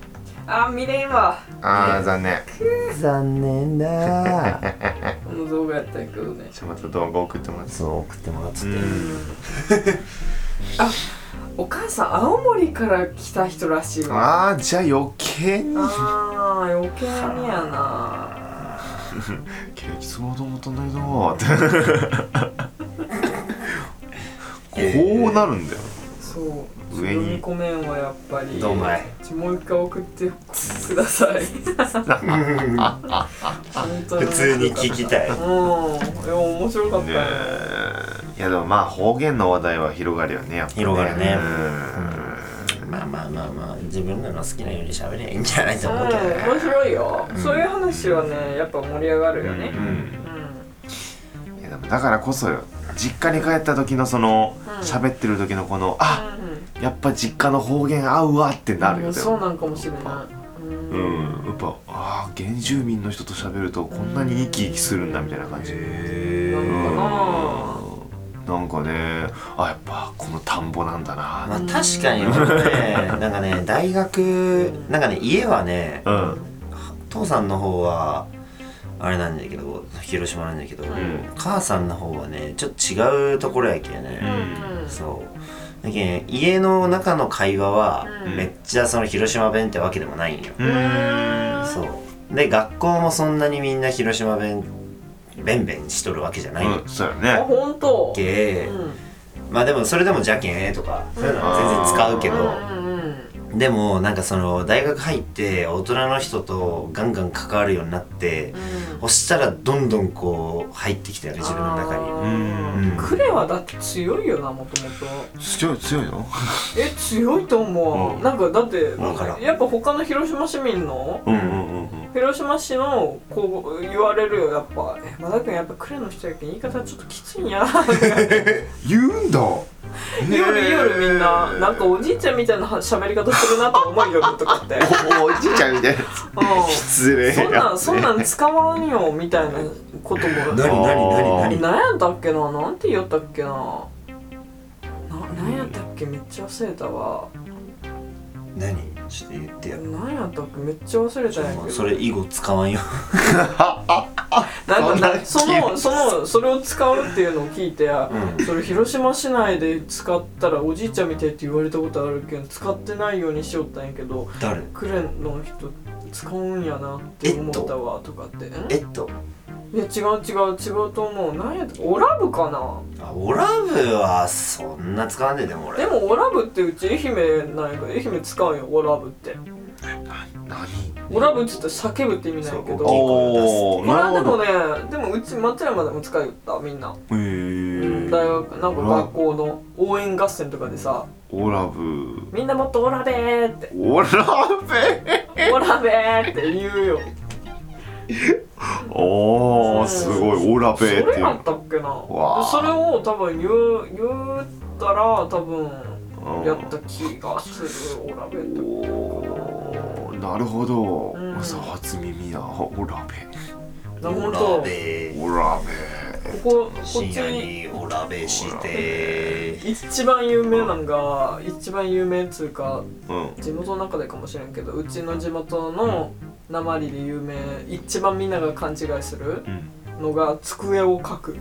あ見れんわ。
あー残念。
残念だ
この動画やったんやけどね。
じゃあまた動画送ってもらって。
そう送ってもらってて、
あお母さん青森から来た人らしいわ。
あーじゃあ余計に
あー余計にやな。
ケーキ相当もとんないぞーってこうなるんだよ。
そう
上に
読み込めんはやっぱり
どうまい
もう一回送ってください本当に
普通に聞きたい。
うんいや面白かった
ね
よ、
えいやでもまあ方言の話題は広がるよねやっぱね。
広がるね
うん
まあまあまあまあ自分らの好きなように喋ればいいんじゃないと思うけどね、
うん面白いよ、そういう話はねやっぱ盛り上がるよね
うん
うん
いやでもだからこそよ実家に帰った時のその喋、ってる時のこのあやっぱ実家の方言合うわってなるよね、
うんそうなんかもしれない
うんやっぱあー原住民の人と喋るとこんなに生き生きするんだみたいな感じ。
なのかな
なんかねあやっぱこの田んぼなんだな。
まあ確かに俺ねなんかね大学なんかね家はね
うん
父さんの方はあれなんだけど広島なんだけど、
うん
母さんの方はねちょっと違うところやけね、
うん
そうだけど家の中の会話は
うん
めっちゃその広島弁ってわけでもないんよ、
うーん
そうで学校もそんなにみんな広島弁ベンベンしとるわけじゃないん
うんそうよ
あ
ね。
本当
け、
うん
まあでもそれでもじゃけんとかそういうのは全然使うけど、
うんうんうん
でもなんかその大学入って大人の人とガンガン関わるようになって、そしたらどんどんこう入ってきたよね自分の中に。
うん
クレはだって強いよなもともと
強い強いの？
え強いと思う、
うん
なんかだって
わからん
やっぱ他の広島市民の
うんうんうんうん
広島市のこう言われるよやっぱえまだくんやっぱクレの人やけん言い方ちょっときついんや
言うんだ。
夜夜みんななんかおじいちゃんみたいな喋り方するなと思うよとかって
おおじいちゃんみたいな。
うん
失礼や
そんなんそんなん使わんよみたいなことも
何何何何
何やったっけななんて言ったっけなな何やったっけめっちゃ忘れたわ
何ちょっと言ってよ。
何やったっけめっちゃ忘れたんやけど
それ以後使わんよ。
なんかなそのそのそれを使うっていうのを聞いて、
うん
それ広島市内で使ったらおじいちゃんみたいって言われたことあるけど使ってないようにしよったんやけど
誰？
クレの人使うんやなって思ったわとかってん
えっと
いや違う違う違うと思う何やったオラブかな
あオラブはそんな使わんねえでも俺。
でもオラブってうち愛媛なんやから愛媛使うよオラブって
何？
オラブって言ったら叫ぶって意味なんやけど
そう
おお
まあでも
なるほど。
ねでもうち松山でも使いよったみんな、
へ
うん、
え。
大学なんか学校の応援合戦とかでさ
オラブ。
みんなもっとオラベーって
オラベ。
オラベーって言うよ
おおすごいオラ
そ
ベっていう。
れやったっけな
わあ
それを多分言う言ったら多分やった気がするオラベって
おーなるほど、
うん
さ初耳だオラ
なほん
オラ
と
ベ
ベオラ
こここっ
深夜
ち
にオラベして
一番有名なんが一番有名っつうか
ベうん
地元の中でかもしれんけどうちの地元の鉛で有名一番みんなが勘違いする
うん
のが机を書く
こ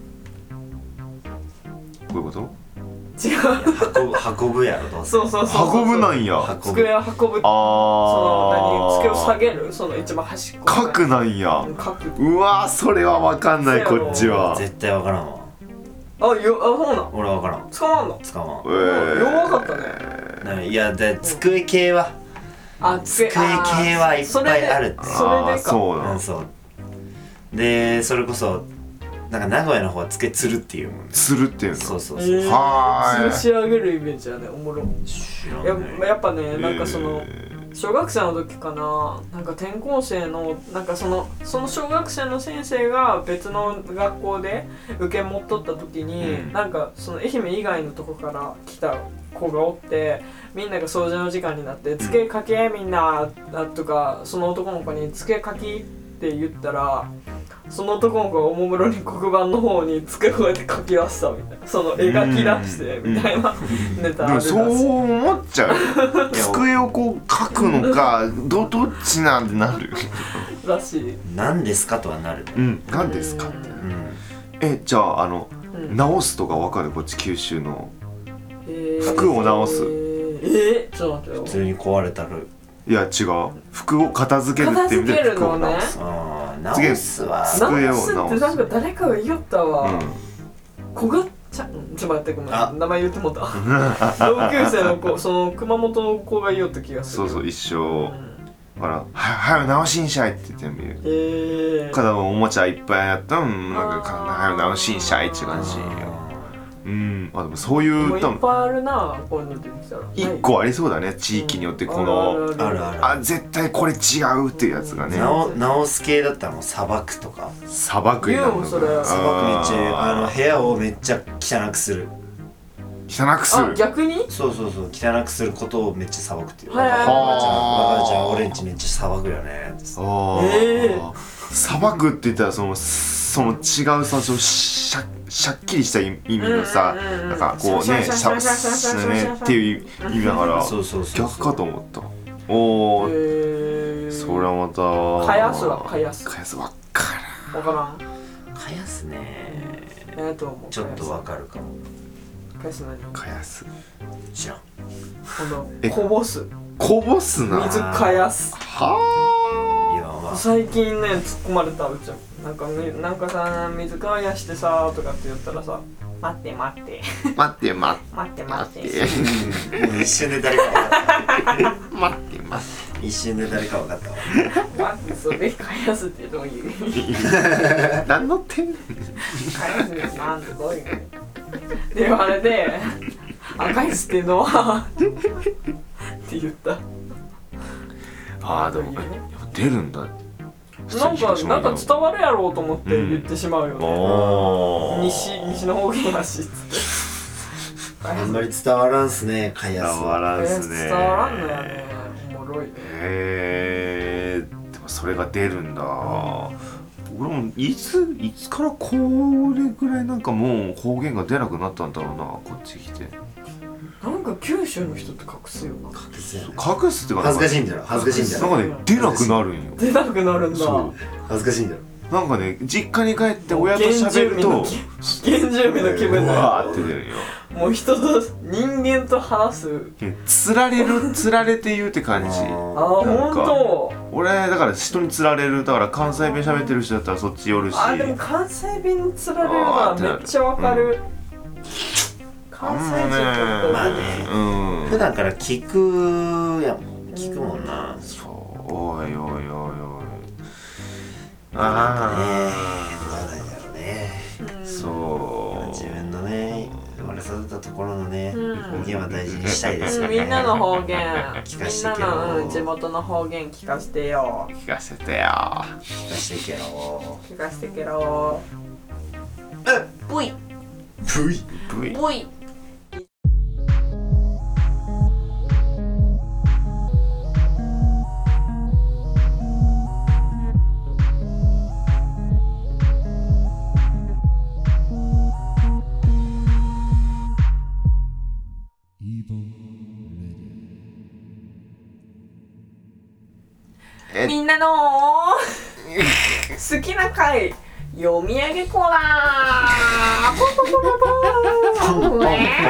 ういうこと
違う
運ぶ運ぶやろどうせ。
そうそうそうそう
運ぶなんや
運ぶ。
机を運ぶその
あ
何机を下
ー
げるその一番端っこ
書くなんや
うん書く
うわーそれはわかんない
そうやろ
こっちは
絶対わからんわ。
あよあそうなん
俺わからん。
使わんの
使わん
え。ー
ようわかったね
ないやで机系は
あ机
机系はいっぱいあるって。
それで
あーそうなん
うんそう。でそれこそなんか名古屋の方は机つるっていうもんね。
するっていうの
そうそうそう。
えー
はーい
吊るし上げるイメージやねおもろ
知らん
や
ね
やっぱねなんかその
え
小学生の時かななんか転校生のなんかそのその小学生の先生が別の学校で受け持っとった時に、
うん
なんかその愛媛以外のとこから来た子がおってみんなが掃除の時間になって「机かけみんな」とかその男の子に「机かき」って言ったらその男の子がおもむろに黒板の方に机をこうやって描き出したみたいなその描き出してみたいなネタあるらしい
でもそう思っちゃう机をこう書くのかどどっちなんてなる
らしい。
何ですかとはなる。
うん何ですかって、うん、えじゃああの、うん、直すとかわかるこっち九州の服を直す。
えー、ちょっと待ってよ。
普通に壊れたら
いや違う服を片付けるっていう意味で服を直す。
あ直すは
机を直すってなんか誰かが言ったわ。うん、小がちゃんちょっと待ってごめん名前言ってもった同級生の子その熊本の子が言おった気がする。
そうそう一緒、だから「はよ直しんしゃい」って全部言う。
へえ。
からおもちゃいっぱいやったらなんか「はよ直しんしゃい」って感じ。うん、あでもそういう
もういっぱいあるなこういうの出てきたら
一個ありそうだね地域によってこの、
うん、あるある
あ絶対これ違うっていうやつがね。
直直す系だったらもう砂漠とか
砂漠になるのか。
それ
砂漠めっちゃあの部屋をめっちゃ汚くする。
汚くする。
あ逆に
そうそうそう汚くすることをめっちゃ砂漠っていう。わかるじゃんわかるじゃん俺んちめっちゃ砂漠よねって。
あえー、砂漠って言ったらそのその違うさそのしゃしゃっきりした意味のさなんかこうねしゃしゃねっていう意味だから逆かと思った。おお、それはまた
かやすはかやす
かやすわから
んわからん
かやすね
えと思う
ちょっとわかるかも。
かやす何
かやす
知らん。
このこぼす
こぼすな
水かやす
は
あ最近ね突っ込まれたうちはなんかなんかさ水かやしてさとかって言ったらさ待って待って
待って待
って待って待って
一瞬で誰か分かった
待って待って
一瞬で誰か分かったわ。
待ってそれかやすってどういう意味
何の点か
やすってなんでどういう意味であれであかやすっていうのはって言った
ああでも出るんだ
なんかなんか伝わるやろうと思って言ってしまうよね、うん、西西の方言やしっつって
あんまり伝わらんすねかやす
伝わらんすね
伝わらんのやねおもろいね
へえでもそれが出るんだ、うん、俺もいついつからこれぐらいなんかもう方言が出なくなったんだろうなこっち来て
なんか九州の人って隠すよな
隠すよね
隠すってか
恥ずかしいんだろ恥ずかしいんだろ
なんかね出なくなるんよ
出なくなるんだ
恥ずかしいんだろ
なんかね実家に帰って親と喋ると
原住民の気分だよ
わーって出るよ
もう人と人間と話す
つられるつられて言うって感じ
ああほんと
俺だから人につられるだから関西弁喋ってる人だったらそっち寄るし
あでも関西弁につられるのはめっちゃわかる、うん関西人と
まあね、うん、普段から聞くやん聞くもんな。
そうおいおいおいおい
ああねどうなんだろうね、
うん、そう
自分のね生まれ育ったところのね、うん、方言は大事にしたいですよね、
うん、みんなの方言
聞かせてけろ
みんなの、うん、地元の方言聞かせてよ
聞かせてよ
聞かせてけろ
聞かせてけろ
え
ブイ
ブイ
ブイ
ブイみんなの好きな回読み上げコーナーポンポンポンポンポン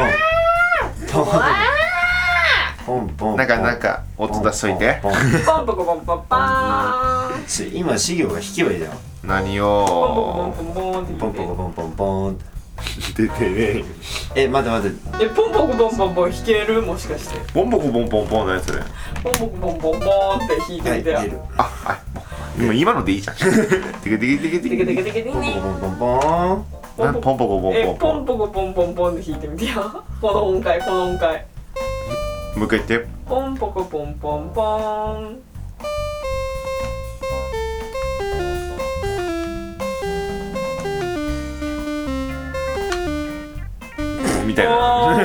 ポンポン
なんかなんか音出しといて
ポンポコポンポンポン
今資料が弾けばいいじゃん
何を
ポンポコポンポンポン
ポンポコポンポンポン
出てね
え待って待って
えポンポコポンポンポン弾けるもしかして
ポンポコポンポンポンのやつね
ポンポコポンポンポンって弾いてみてよ
ああ今今のでいいじゃんテケテケテケテケテケテケテケ
ポンポコポンポンポン
ポンポコポンポン
えポンポコポンポンポンで弾いてみてよこの音階この音階
もう一回言って
ポンポコポンポンポン
みたいな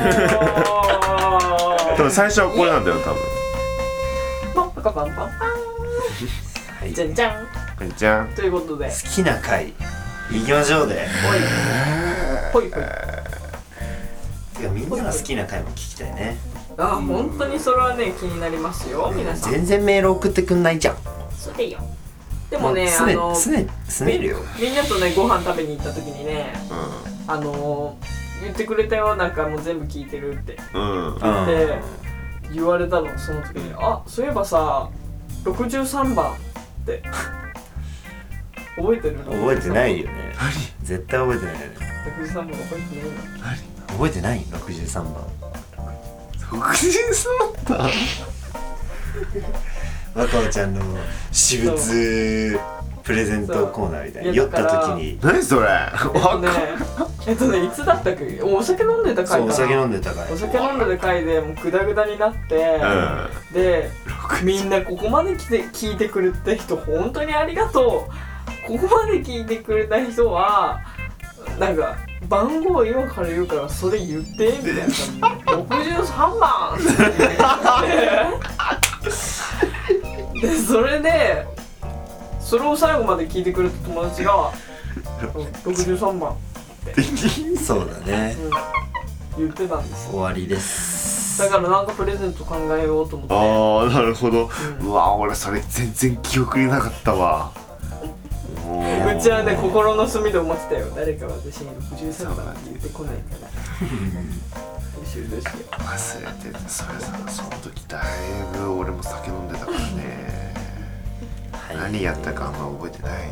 多分最初はこれなんだよ多分
ポンポコポンポンポンじゃんじゃん
じゃん
ということで
好きな回行きましょうで
ほいほいほい
てかみんなの好きな回も聞きたいね
あ、本当にそれはね気になりますよ皆さん。
全然メール送ってくんないじゃん。
それよ。でもね、
すね
あの
すねすねるよ。
みんなとねご飯食べに行った時にね、あの言ってくれたよ、なんかもう全部聞いてるって
うんうん
言って言われたの、その時に。あ、そういえばさろくじゅうさんばんって覚えてる？
覚えてないよね。絶対覚えてないよね。
ろくじゅうさんばん覚えてないの？
覚えてない？ろくじゅうさんばん。
ろくじゅうさんばん
若尾ちゃんの私物プレゼントコーナーみたいな。酔った時に。
何それ。
えっとね、えっとねいつだったっけ？お酒飲んでた回かな。
そう、お酒飲んでた回。
お酒飲んでた回でもうグダグダになって、
うん、
でみんなここまで来て聞いてくれた人本当にありがとう。ここまで聞いてくれた人はなんか番号今から言うからそれ言ってみたいな感じでろくじゅうさんばんって言ってでそれでそれを最後まで聞いてくれた友達がろくじゅうさんばんって、
そうだね、
うん、言ってたんです。
終わりです。
だからなんかプレゼント考えようと思って。
ああ、なるほど、
うん、
うわ俺それ全然記憶になかったわ。
うちはね心の隅で思ってたよ。誰か私にろくじゅうさんばんって言ってこないからどうしようどうしよう。
忘れてて、それさ、その時だいぶ俺も酒飲んでたからね、はい、何やったかあんま覚えてない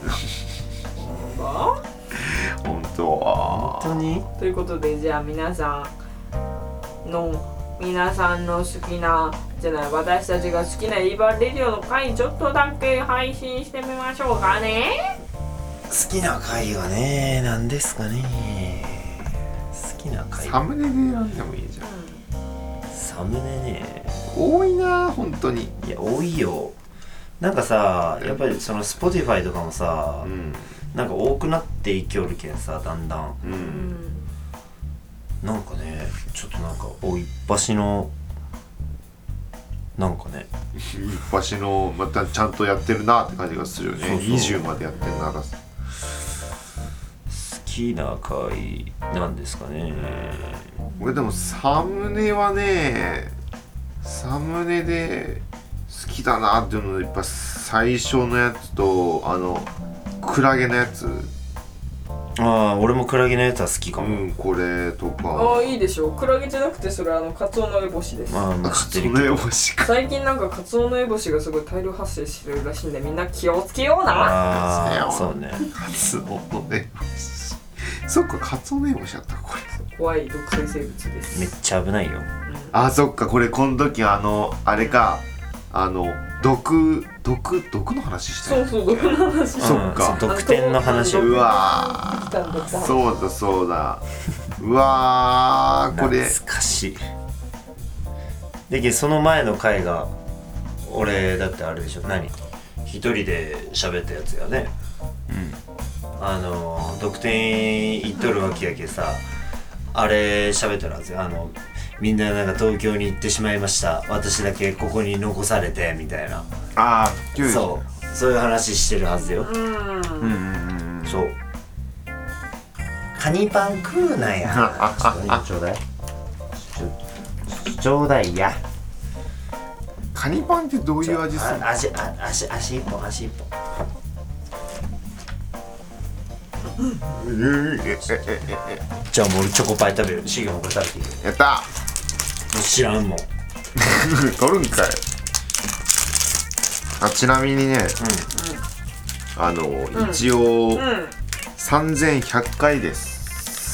本当
本当に。
ということで、じゃあ皆さんの皆さんの好きなじゃない私たちが好きなイバレディオの回ちょっとだけ配信してみましょうかね。
好きな回はね、何ですかね。好きな回
サムネで選んでもいいじゃん、
うん、
サムネね
多いな本当に。
いや多いよ。なんかさ、やっぱりその Spotify とかもさ、うん、なんか多くなっていきおるけんさ、だんだん、うん、なんかね、ちょっとなんかおいっぱしのなんかね
一橋のまたちゃんとやってるなって感じがするよね。
そうそう
にじゅうまでやってるなら好
きな回なんですかね。
俺でもサムネはね、サムネで好きだなっていうのはやっぱ最初のやつとあのクラゲのやつ。
ああ、俺もクラゲのやつは好きかも。
うん、これとか。
ああ、いいでしょう。クラゲじゃなくてそれあのカツオノエボシです。
まあ、まあ、知ってる
けど
最近なんかカツオノエボシがすごい大量発生してるらしいんで、みんな気をつけような。
ああ、そうね。
カツオノエボシ。そっか、カツオノエボシだったこれ。
怖い毒性生物です。
めっちゃ危ないよ。うん、
あ、そっか、これこの時あのあれか、あの毒毒毒の話した
よ。そうそう、毒の話。
そっか、
毒点の話。
うわー、そうだそうだ。うわー、これ
懐かしい。でけその前の回が俺だってあれでしょ。何？一人で喋ったやつやね。うん。あの毒点言っとるわけやけさ、あれ喋ったらあの。みんななんか東京に行ってしまいました。私だけここに残されてみたいな。
ああ、
そうそういう話してるはずよ。うんうんうん。そう。カニパン食うなや。ちょっとちょうだい。ちょちょうだいや。
カニパンってどういう味するの？
足あ足足一本足一本。じゃあもうチョコパイ食べる。シゲもこれ食べていいよ。
やった。
もう知らんもん。
取るんかい。あ、ちなみにね、うん、あの、うん、一応、うん、さんぜんひゃっかいです。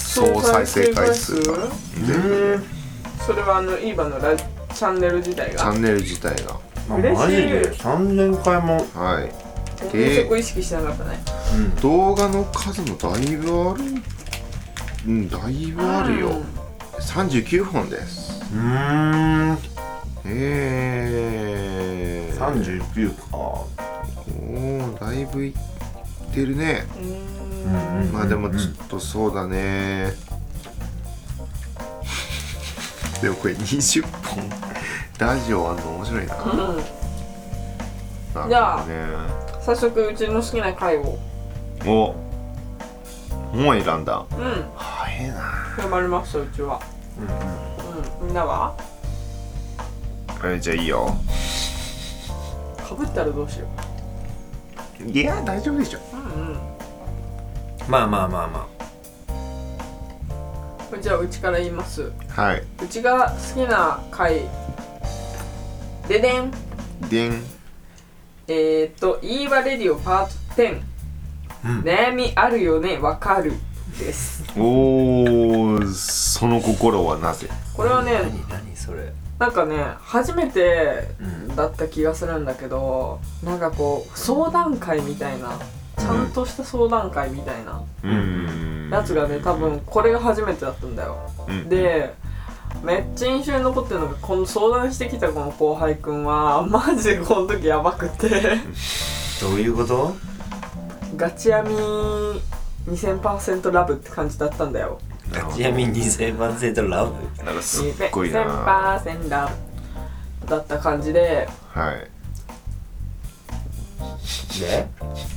総再生回数が。うん、
それはあのイーバのラチャンネル自体が。
チャンネル自体が。
まあ、マジでさんぜんかいも。
はい。
で、そこ意識してなかったね。
うん、動画の数もだいぶある。うん、だいぶあるよ。さんじゅうきゅうほんです。
うーん。
えー。
さんじゅうきゅうか。
おー、だいぶいってるね。
うん。
まあでもちょっとそうだね。でもこれにじゅっぽんラジオあんの面白いな。
うん、なじゃあ、ね、早速うちの好きな回を。
お。もう選んだ。
うん。
早いな。
頑張りましたうちは。うんうん。うん、みんなは？
えじゃあいいよ。
かぶったらどうしよ
いや大丈夫でしょ。
う。うんうん。
まあまあまあま
じゃあうちから言います。
はい。
うちが好きな回ででん。
でん。
えーと、イーバレディオパートじゅう、うん、悩みあるよねわかるです。
おー、その心はなぜ？
これはね、
何何それ。
なんかね、初めてだった気がするんだけど、うん、なんかこう相談会みたいな、ちゃんとした相談会みたいなやつがね、多分これが初めてだったんだよ。うん、でめっちゃ印象に残ってるのが、この相談してきたこの後輩くんはマジでこの時やばくて
どういうこと？
ガチ闇 にせんパーセント ラブって感じだったんだよ。
ガチ闇 にせんパーセント ラブ？
なんかすっごいな。
にせんパーセント ラブだった感じで、
はい
で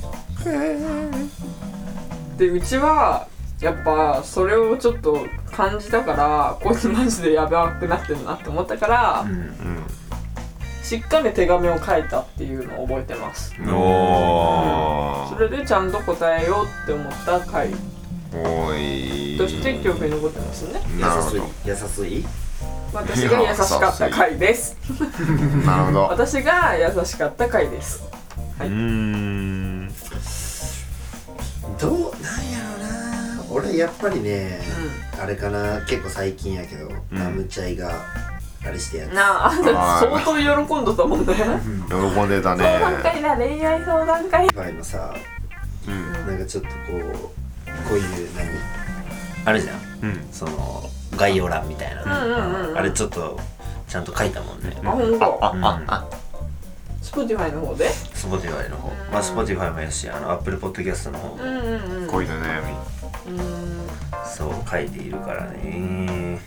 でうちはやっぱそれをちょっと感じたから、こいつマジでやばくなってるなって思ったから、うんうん、しっかり手紙を書いたっていうのを覚えてます。おー、うん、それでちゃんと答えようって思った回
おい
として記憶に残ってますね。
優しい優しい
私が優しかった回です
なるほど。
私が優しかった回です。はい、うーん、
どうなんやろな。俺やっぱりね、うん、あれかな、結構最近やけど、うん、ナムチャイがあれしてやつ
なあ、相当喜んどったもんね
喜んでたね。
相談会だ、恋愛相談会
前のさ、うん、なんかちょっとこうこういう何あるじゃん、うん、その概要欄みたいな、うんうんうんうん、あれちょっとちゃんと書いたもんね。
あ、ほんと。あああSpotify の方で
Spotify の方、まあ Spotify もやし、あの Apple Podcast の方も、うんうん
うん、恋の悩み、
うん、そう書いているからね。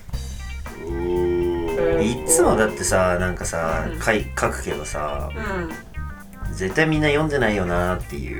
いつもだってさ、なんかさ、うん、書, い書くけどさ、うん、絶対みんな読んでないよなっていう。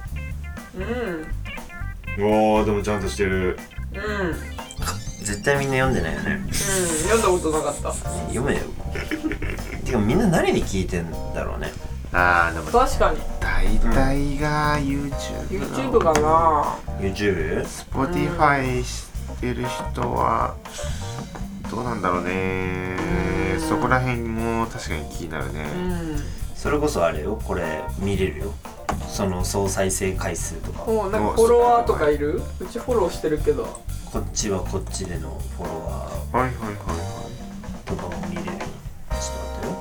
うん、おー、でもちゃんとしてる。
うん、
絶対みんな読んでないよね。
うん、読んだことなかった。
読めよてかみんな何に聞いてんだろうね。
あー、でも
確かに
大体が YouTube、
うん、YouTube かな。
YouTube？
Spotify してる人はどうなんだろうね。うん、そこら辺も確かに気になるね。
うん、それこそあれよ、これ見れるよ、その総再生回数とか。
お、なんかフォロワーとかいる？うちフォローしてるけど、
こっちはこっちでのフォロワー、
はいはいはいはい
とかも見れるよ。ちょっと待ってよ、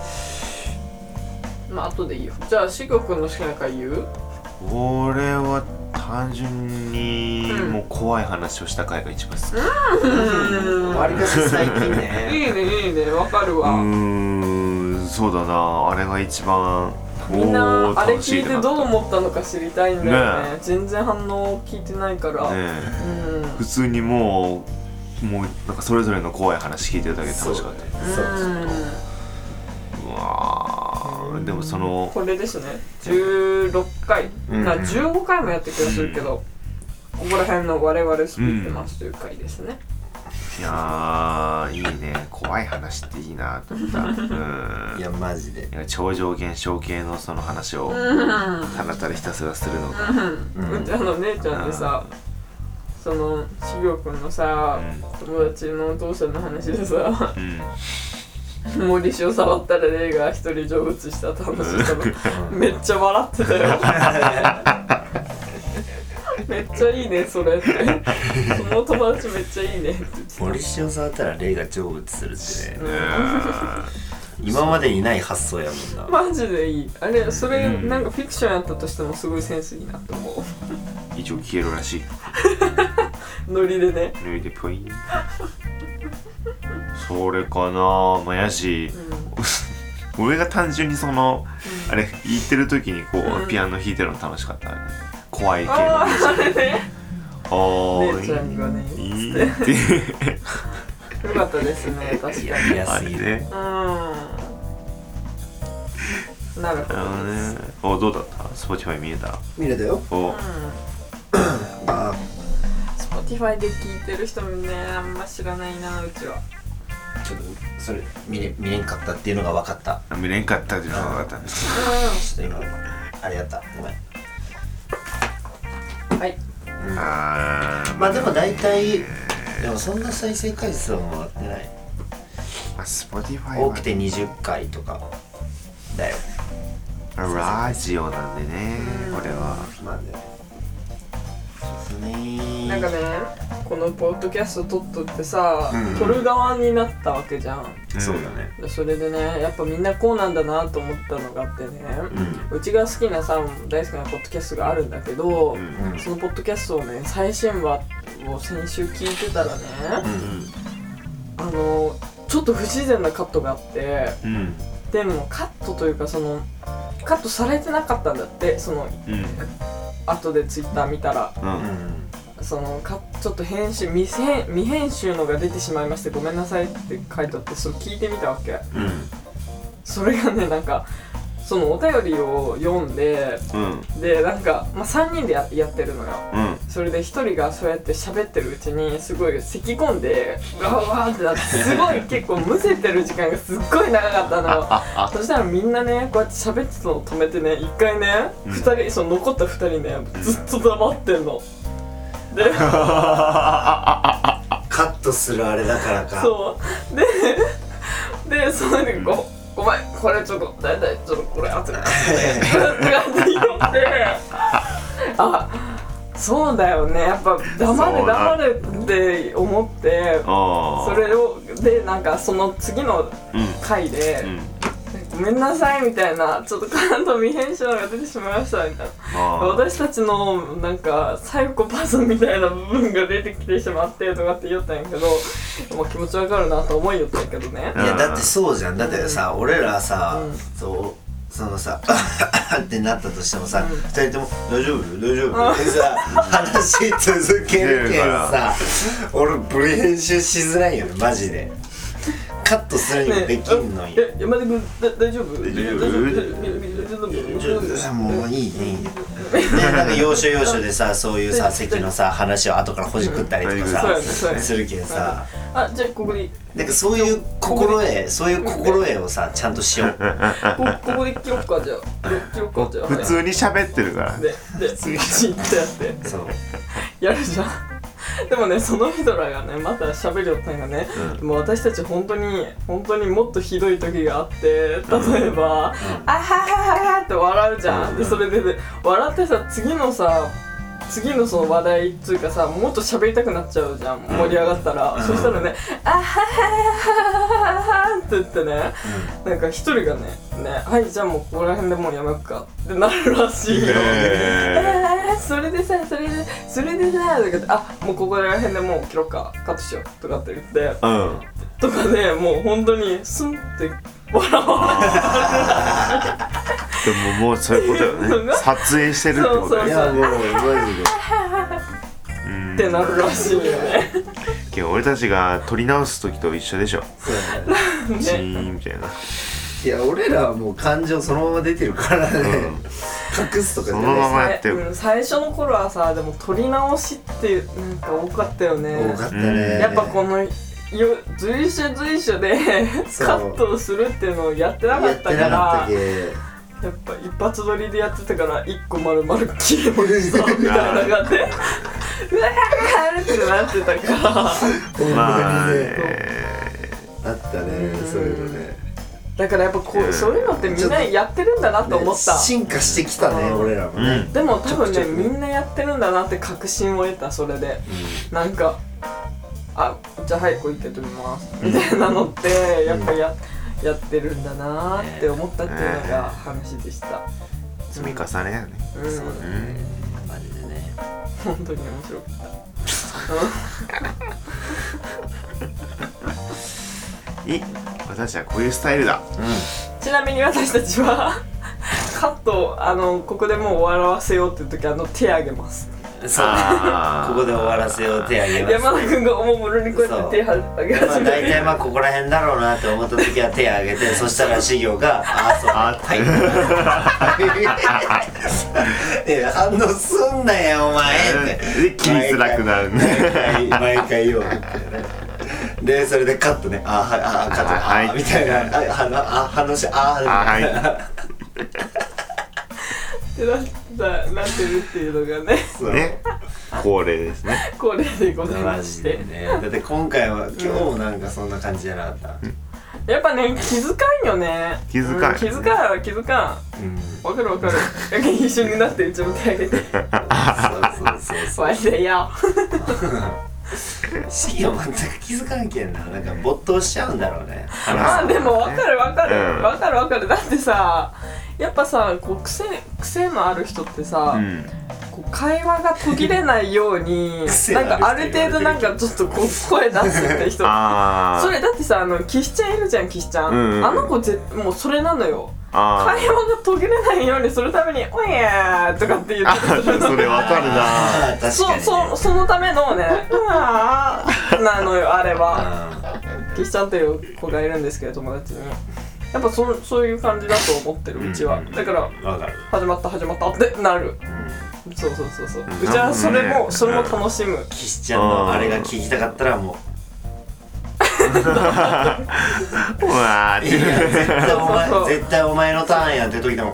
うん、まあ後でいいよ。じゃあしごくんの好きな回言う？
俺は単純にもう怖い話をした回が一番好き。
うん、割と最近ね。
いいねいいね、わかるわ。
うーん、そうだな、あれが一番。
みんなあれ聞いてどう思ったのか知りたいんだよね。ね、全然反応聞いてないから、ね、うん、
普通にもうもうなんかそれぞれの怖い話聞いてるだけで楽しかった。そう、うん、うわー、でもその
これですね、じゅうろっかい、うん、なじゅうごかいもやって気がするけど、うん、ここら辺の我々スピってますという回ですね。
いやー、いいね、怖い話っていいなと思った。うん、
いやマジで
超常現象系のその話をただただひたすらするのが、
うんうん、うちあの姉ちゃんでさ、そのしげおくんのさ、うん、友達のお父さんの話でさ、うん、森塩触ったらレイが一人成仏したって話したの、うん、めっちゃ笑ってたよめっちゃいいねそれってその友達めっちゃいいねって言ってた。
森塩触ったら霊が成仏するってね、うん、今までにない発想やもん
な。マジでいい。あれ、それなんかフィクションやったとしてもすごいセンスいいなって思う。
一応消えるらしい
ノリでね、
ノリでポインそれかな、まあやし、うん、俺が単純にその、うん、あれ言ってる時にこう、うん、ピアノ弾いてるの楽しかった、ね、怖い系の
あれね、
あー、
姉ちゃんがね
いいって
よかったですね、確かに。
やりやすいね。
うん。なるほどです。
お、どうだった？ Spotify 見えた？
見れたよ。
お。
うん、Spotify で聞いてる人もね、あんま知らないな、うちは。
ちょっとそれ見れ見れんかったっていうのが分かった。
見れんかったっていうのが分かったんです
ちょっと今あれやったごめん。
はい、
うん、
あー
まあでも大体でもそんな再生回数は回ってない。
まあ Spotify
多くてにじゅっかいとかだよ。
ラジオなんでね、これは
まあねね
なんかねこのポッドキャスト撮っとってさ、
うん、
撮る側になったわけじゃん、
うん、そうだね。
それでねやっぱみんなこうなんだなと思ったのがあってね、うん、うちが好きなさ大好きなポッドキャストがあるんだけど、うん、そのポッドキャストをね最新話を先週聞いてたらね、うん、あのちょっと不自然なカットがあって、うん、でもカットというかそのカットされてなかったんだってその、うん、後でツイッター見たら、うん、そのかちょっと編集未編未編集のが出てしまいましてごめんなさいって書いてあってそれ聞いてみたわけ、うん、それがねなんかそのお便りを読んで、うん、でなんか、まあ、さんにんで や, やってるのよ、うん、それでひとりがそうやって喋ってるうちにすごい咳込んでわわーってなってすごい結構むせてる時間がすっごい長かったのそしたらみんなねこうやって喋ってたのを止めてね一回ね、うん、ふたりその残ったふたりねずっと黙ってんので
カットするあれだからか
そうででそれでこうごめんこれちょっとだいたいちょっとこれ後でって感じに言ってあそうだよねやっぱ黙れ黙れって思ってそれをでなんかその次の回で、うんうんごめんなさいみたいなちょっと関東未編集が出てしまいましたみたいな私たちのなんかサイコパスみたいな部分が出てきてしまってとかって言ったんやけど、まあ、気持ちわかるなと思いよったんやけどね
いやだってそうじゃんだってさ、うん、俺らさ、うん、そうそのさってなったとしてもさ、うん、ふたりとも大丈夫大丈夫ってさ話続けるけんさ俺プリ編集しづらいよねマジでカットするにもできんのよ。
え、山田君大丈夫？
大丈夫？大丈夫？もういいね。でなんか要所要所でさそういうさ席のさ話を後からほじくったりとかさするけんさ。
あじゃあここで。
なんかそういう心得そういう心得をさちゃんとしよう。
ここで切ろっかじゃあ。切ろっかじゃあ。
普通に喋ってるから。
でで次チってやって。そう。やるじゃん。でもねその人らがねまた喋りよったんがね、うん、もう私たち本当に本当にもっとひどい時があって例えば、うん、あははははって笑うじゃん、うん、でそれで、ね、笑ってさ次のさ次のその話題っていうかさもっと喋りたくなっちゃうじゃん盛り上がったら、うん、そしたらねあははははって言ってね、うん、なんか一人がねねはいじゃあもうここら辺でもうやめよっかってなるらしいよそれでさそれでそれでさとかあもうここら辺でもう切ろうかカットしようとかって言って、うん、とかねもう本当にスンって笑わない
でももうそういうことよね撮影してるってことよねいやもうマジ
でってなるらしいよね
けど俺たちが撮り直す時と一緒でしょそうねチーンみたいない
や俺らはもう感情そのまま出てるからね、うん、隠すとかじゃない
そのままやってる、
うん、最初の頃はさでも撮り直しってなんか多かったよね
多かったね
やっぱこのよ随所随所でカットをするっていうのをやってなかったからやっぱ一発撮りでやってたから一個丸々切れましたみたいなのがあってうわーってなってたから
まあね
あったねそういうのね
だからやっぱこうそういうのってみんなやってるんだなと思った、
ね、進化してきたね俺らもね、
うん、でも多分ねみんなやってるんだなって確信を得たそれで、うん、なんかあじゃあはいこう言ってとりますみたいなのってやっぱや、うん、やってるんだなって思ったっていうのが話でした、
積み重ねやね、
うん、
そうだね、うん、マジでね
本当に面白かった
いい私はこういうスタイルだ、
うん、ちなみに私たちはカットあのここでもう終わらせようっていう時あの手あげます
そうここで終わらせよう手あげます
山田君がおもむろにこうやって手あげ始める、まあ、
大体まあここら辺だろうなって思った時は手あげてそしたら修行がああそうあはいいや反応すんなよお前って
で切りづらくなるね
毎回毎回言おうってねでそれでカットね、あーはいあーカット
はい
あーみたいな、あはなあ話あー
あはい
ってなったなってるっていうのがね
そう
ね恒例ですね。
これでございま
マジで
して、
ね。だって今回は今日もなんかそんな感じじゃなかった。
やっぱね気づかんよね。
気づかん
う気づかん気づかん。
うん。
わかるわかる。やけん一緒になってうちも手あげて。
そうそうそうそう。
わいでや。
シキは全く気づかんけんな。なんか没頭しちゃうんだろうね。
あでもわかるわかる
うん
わかるわかる。だってさ、やっぱさこう癖癖のある人ってさ。
うん
こう会話が途切れないように
癖ある
なんかある程度なんかちょっとこう声出すって人
あー
それだってさあのキシちゃんいるじゃんキシちゃん、
うんうん
あの子ぜもうそれなのよ
あ
会話が途切れないようにするために「おいやー」とかって言って
ーそれわかるな。
あー確
そ
かにね。
そそのためのね「うわー」なのよあれは
う
キシちゃんという子がいるんですけど友達にやっぱそそういう感じだと思ってるうちは
うん
だから
ん。わかる。
始まった始まったってなる
うん。
そうそうそうそう
うん
うちはそれも
うん
それも楽しむ
キシちゃんのあれが聞きたかったらも
うわーっ
う。いや
て。
絶対お前
そうそう
絶対お前のターンやんって時でも。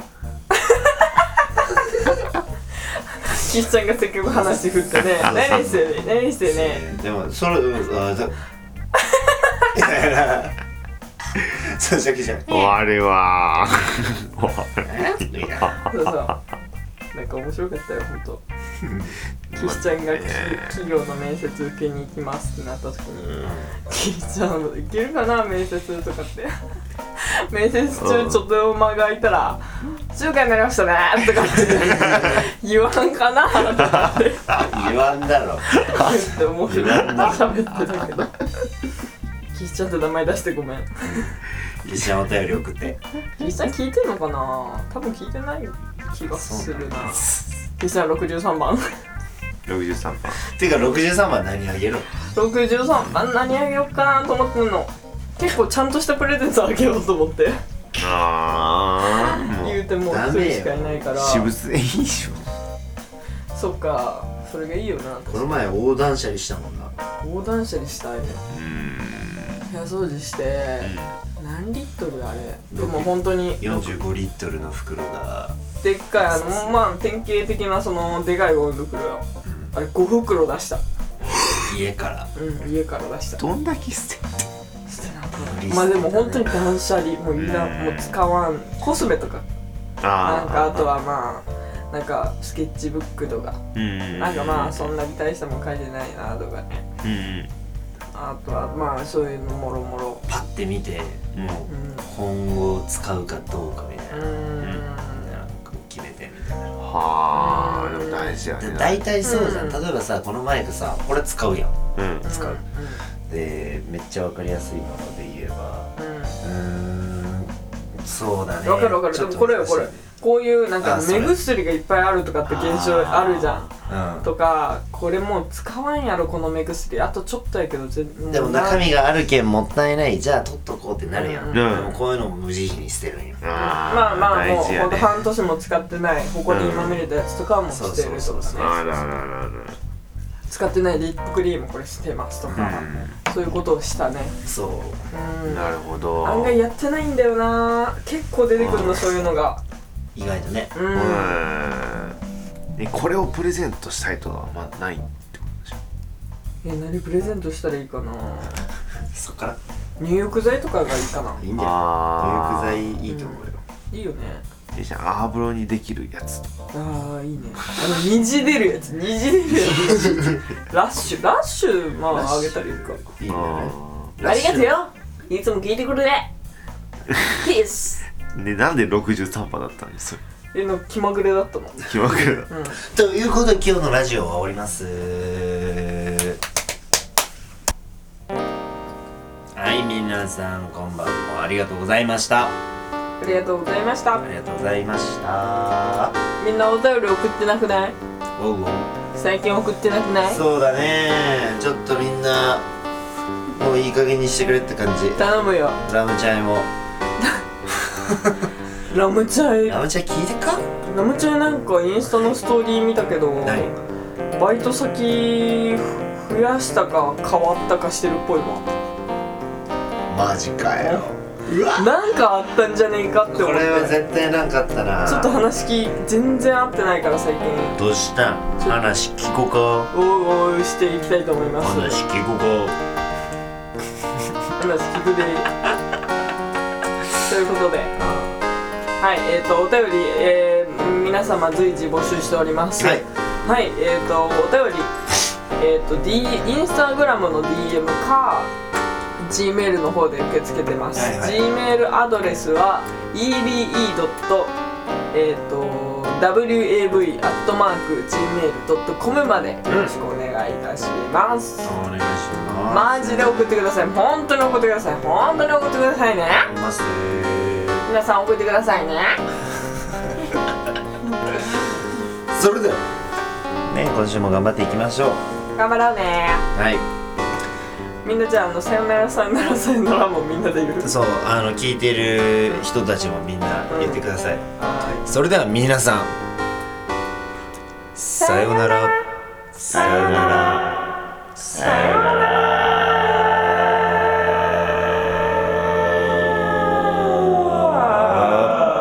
キシちゃんがせっかく話振ってね何してね何してね
でもそれうんあだ。いやいや。そうじゃきじゃん。
終わるわ
え？いや。
そうそうなんか面白かったよほんとキシちゃんがき企業の面接受けに行きますってなった時にキシちゃんいけるかな面接とかって面接中ちょっと間が空いたら「中華になりましたね」とかって言わんかなとかって
言わんだろ。
言って面白い喋ってたけどキシちゃんって名前出してごめん
キシちゃんお便り送って。
キシちゃん聞いてんのかな多分聞いてない気がするなキシちゃんろくじゅうさんばん
ろくじゅうさんばん。
てかろくじゅうさんばん何あげるの？
ろくじゅうさんばん何あげようかなと思ってんの結構ちゃんとしたプレゼントあげようと思って
ああもう
言うてもう
ダメよ
一人しかいないから
私物でいいでしょ。
そっかそれがいいよな
この前横断車にしたもんな。
横断車にしたいね
うーん
部屋掃除して何リットルあれでも本当に
よんじゅうごリットルの袋が、
でっかいあのまあ典型的なそのでかいゴミ袋よあれご袋出した
家から
うん家から出した
どんだけ捨てて
捨てなかったまあでも本当に断捨離もういらんもう使わんコスメとかなんかあとはまあなんかスケッチブックとか
うん
なんかまあそんなに大したもん書いてないなとかね
うん
あとはまあそういうのもろもろ
パッて見てもう今後使うかどうかみたいな、
うん
なんか決めてみたいな。
はあでも大事やね。
大体そうじゃん、
うん
例えばさこのマイクさこれ使うやん
うん
使う、
う
でめっちゃわかりやすいもので言えば
んうん
うーんそうだね
わかるわかる
ちょっと
これよこれ
難しいね
こういうなんか
あそれ
目薬がいっぱいあるとかって現象あるじゃん
ゃん、
とかこれもう使わんやろこの目薬あとちょっとやけど全
うん、でも中身があるけんもったいないじゃあ取っとこうってなるやん、
うん
でもこういうのも無慈悲に捨てるんよ
まあまあもうほんと
大事やね。
半年も使ってないほこりにまみれたやつとかはもう捨てると
そうそうそうそう
かね
あらららら
使ってないリップクリームこれ捨てますとか、そういうことをしたね
そう
うん
なるほど。
案外やってないんだよな結構出てくるのそういうのが
意外とね
うん
うんえこれをプレゼントしたいとかはまあないってことでしょ。
え何プレゼントしたらいいかな
そっから
入浴剤とかがいいかない
いんじゃ
あー
ない入浴剤いいと思うよ、
いいよね
いいじゃんアーブロにできるやつとか。
ああいいねあの虹出るやつ虹出るやつラッシュラッシュまああげたらいいか
いいんだよね
ありがとうよいつも聞いてくれてピース
でなんでろくじゅうさんばんだったんですそれ。
えの気まぐれだったの
気まぐれだ。
うん
ということで今日のラジオは終わりますはい皆さんこんばんもありがとうございました
ありがとうございました
ありがとうございました
みんなお便り送ってなくない
おうおう
最近送ってなくない
そうだねちょっとみんなもういい加減にしてくれって感じ
頼むよ
ラムチャイも
ラムチャイ
ラムチャイ聞いてか
ラムチャイなんかインスタのストーリー見たけど
何
バイト先増やしたか変わったかしてるっぽいわ
マジかよ。うわ
なんかあったんじゃねえかって思って。
これは絶対なんかあったな。
ちょっと話聞き全然合ってないから最近。
どうしたん？話聞こうか。
おいおいしていきたいと思います。
話聞こうか。
話聞くで。ということで、はい、えっ、ー、とお便り、えー、皆様随時募集しております。
はい。
はい、えっ、ー、とお便り、えっ、ー、と D インスタグラムの ディーエム か Gmail の方で受け付けてます。
はいはい、
Gmail アドレスは イービーイードットえっと ダブリューエーブイ アットマーク ジーメール ドットコム までよろしくお願いいたします。
お願いします。
マジで送ってください。本当に送ってください。本当に送ってくださいね。
あります
皆さん送ってくださいね。
それではね、今週も頑張っていきましょう。
頑張ろうね。
はい。
みんなじゃあ、あのさよならさよならさよならもみんなで言う。
そう、あの聞いてる人たちもみんな言ってください。
うん、はい。
それでは皆さん、さよなら、さよなら、さ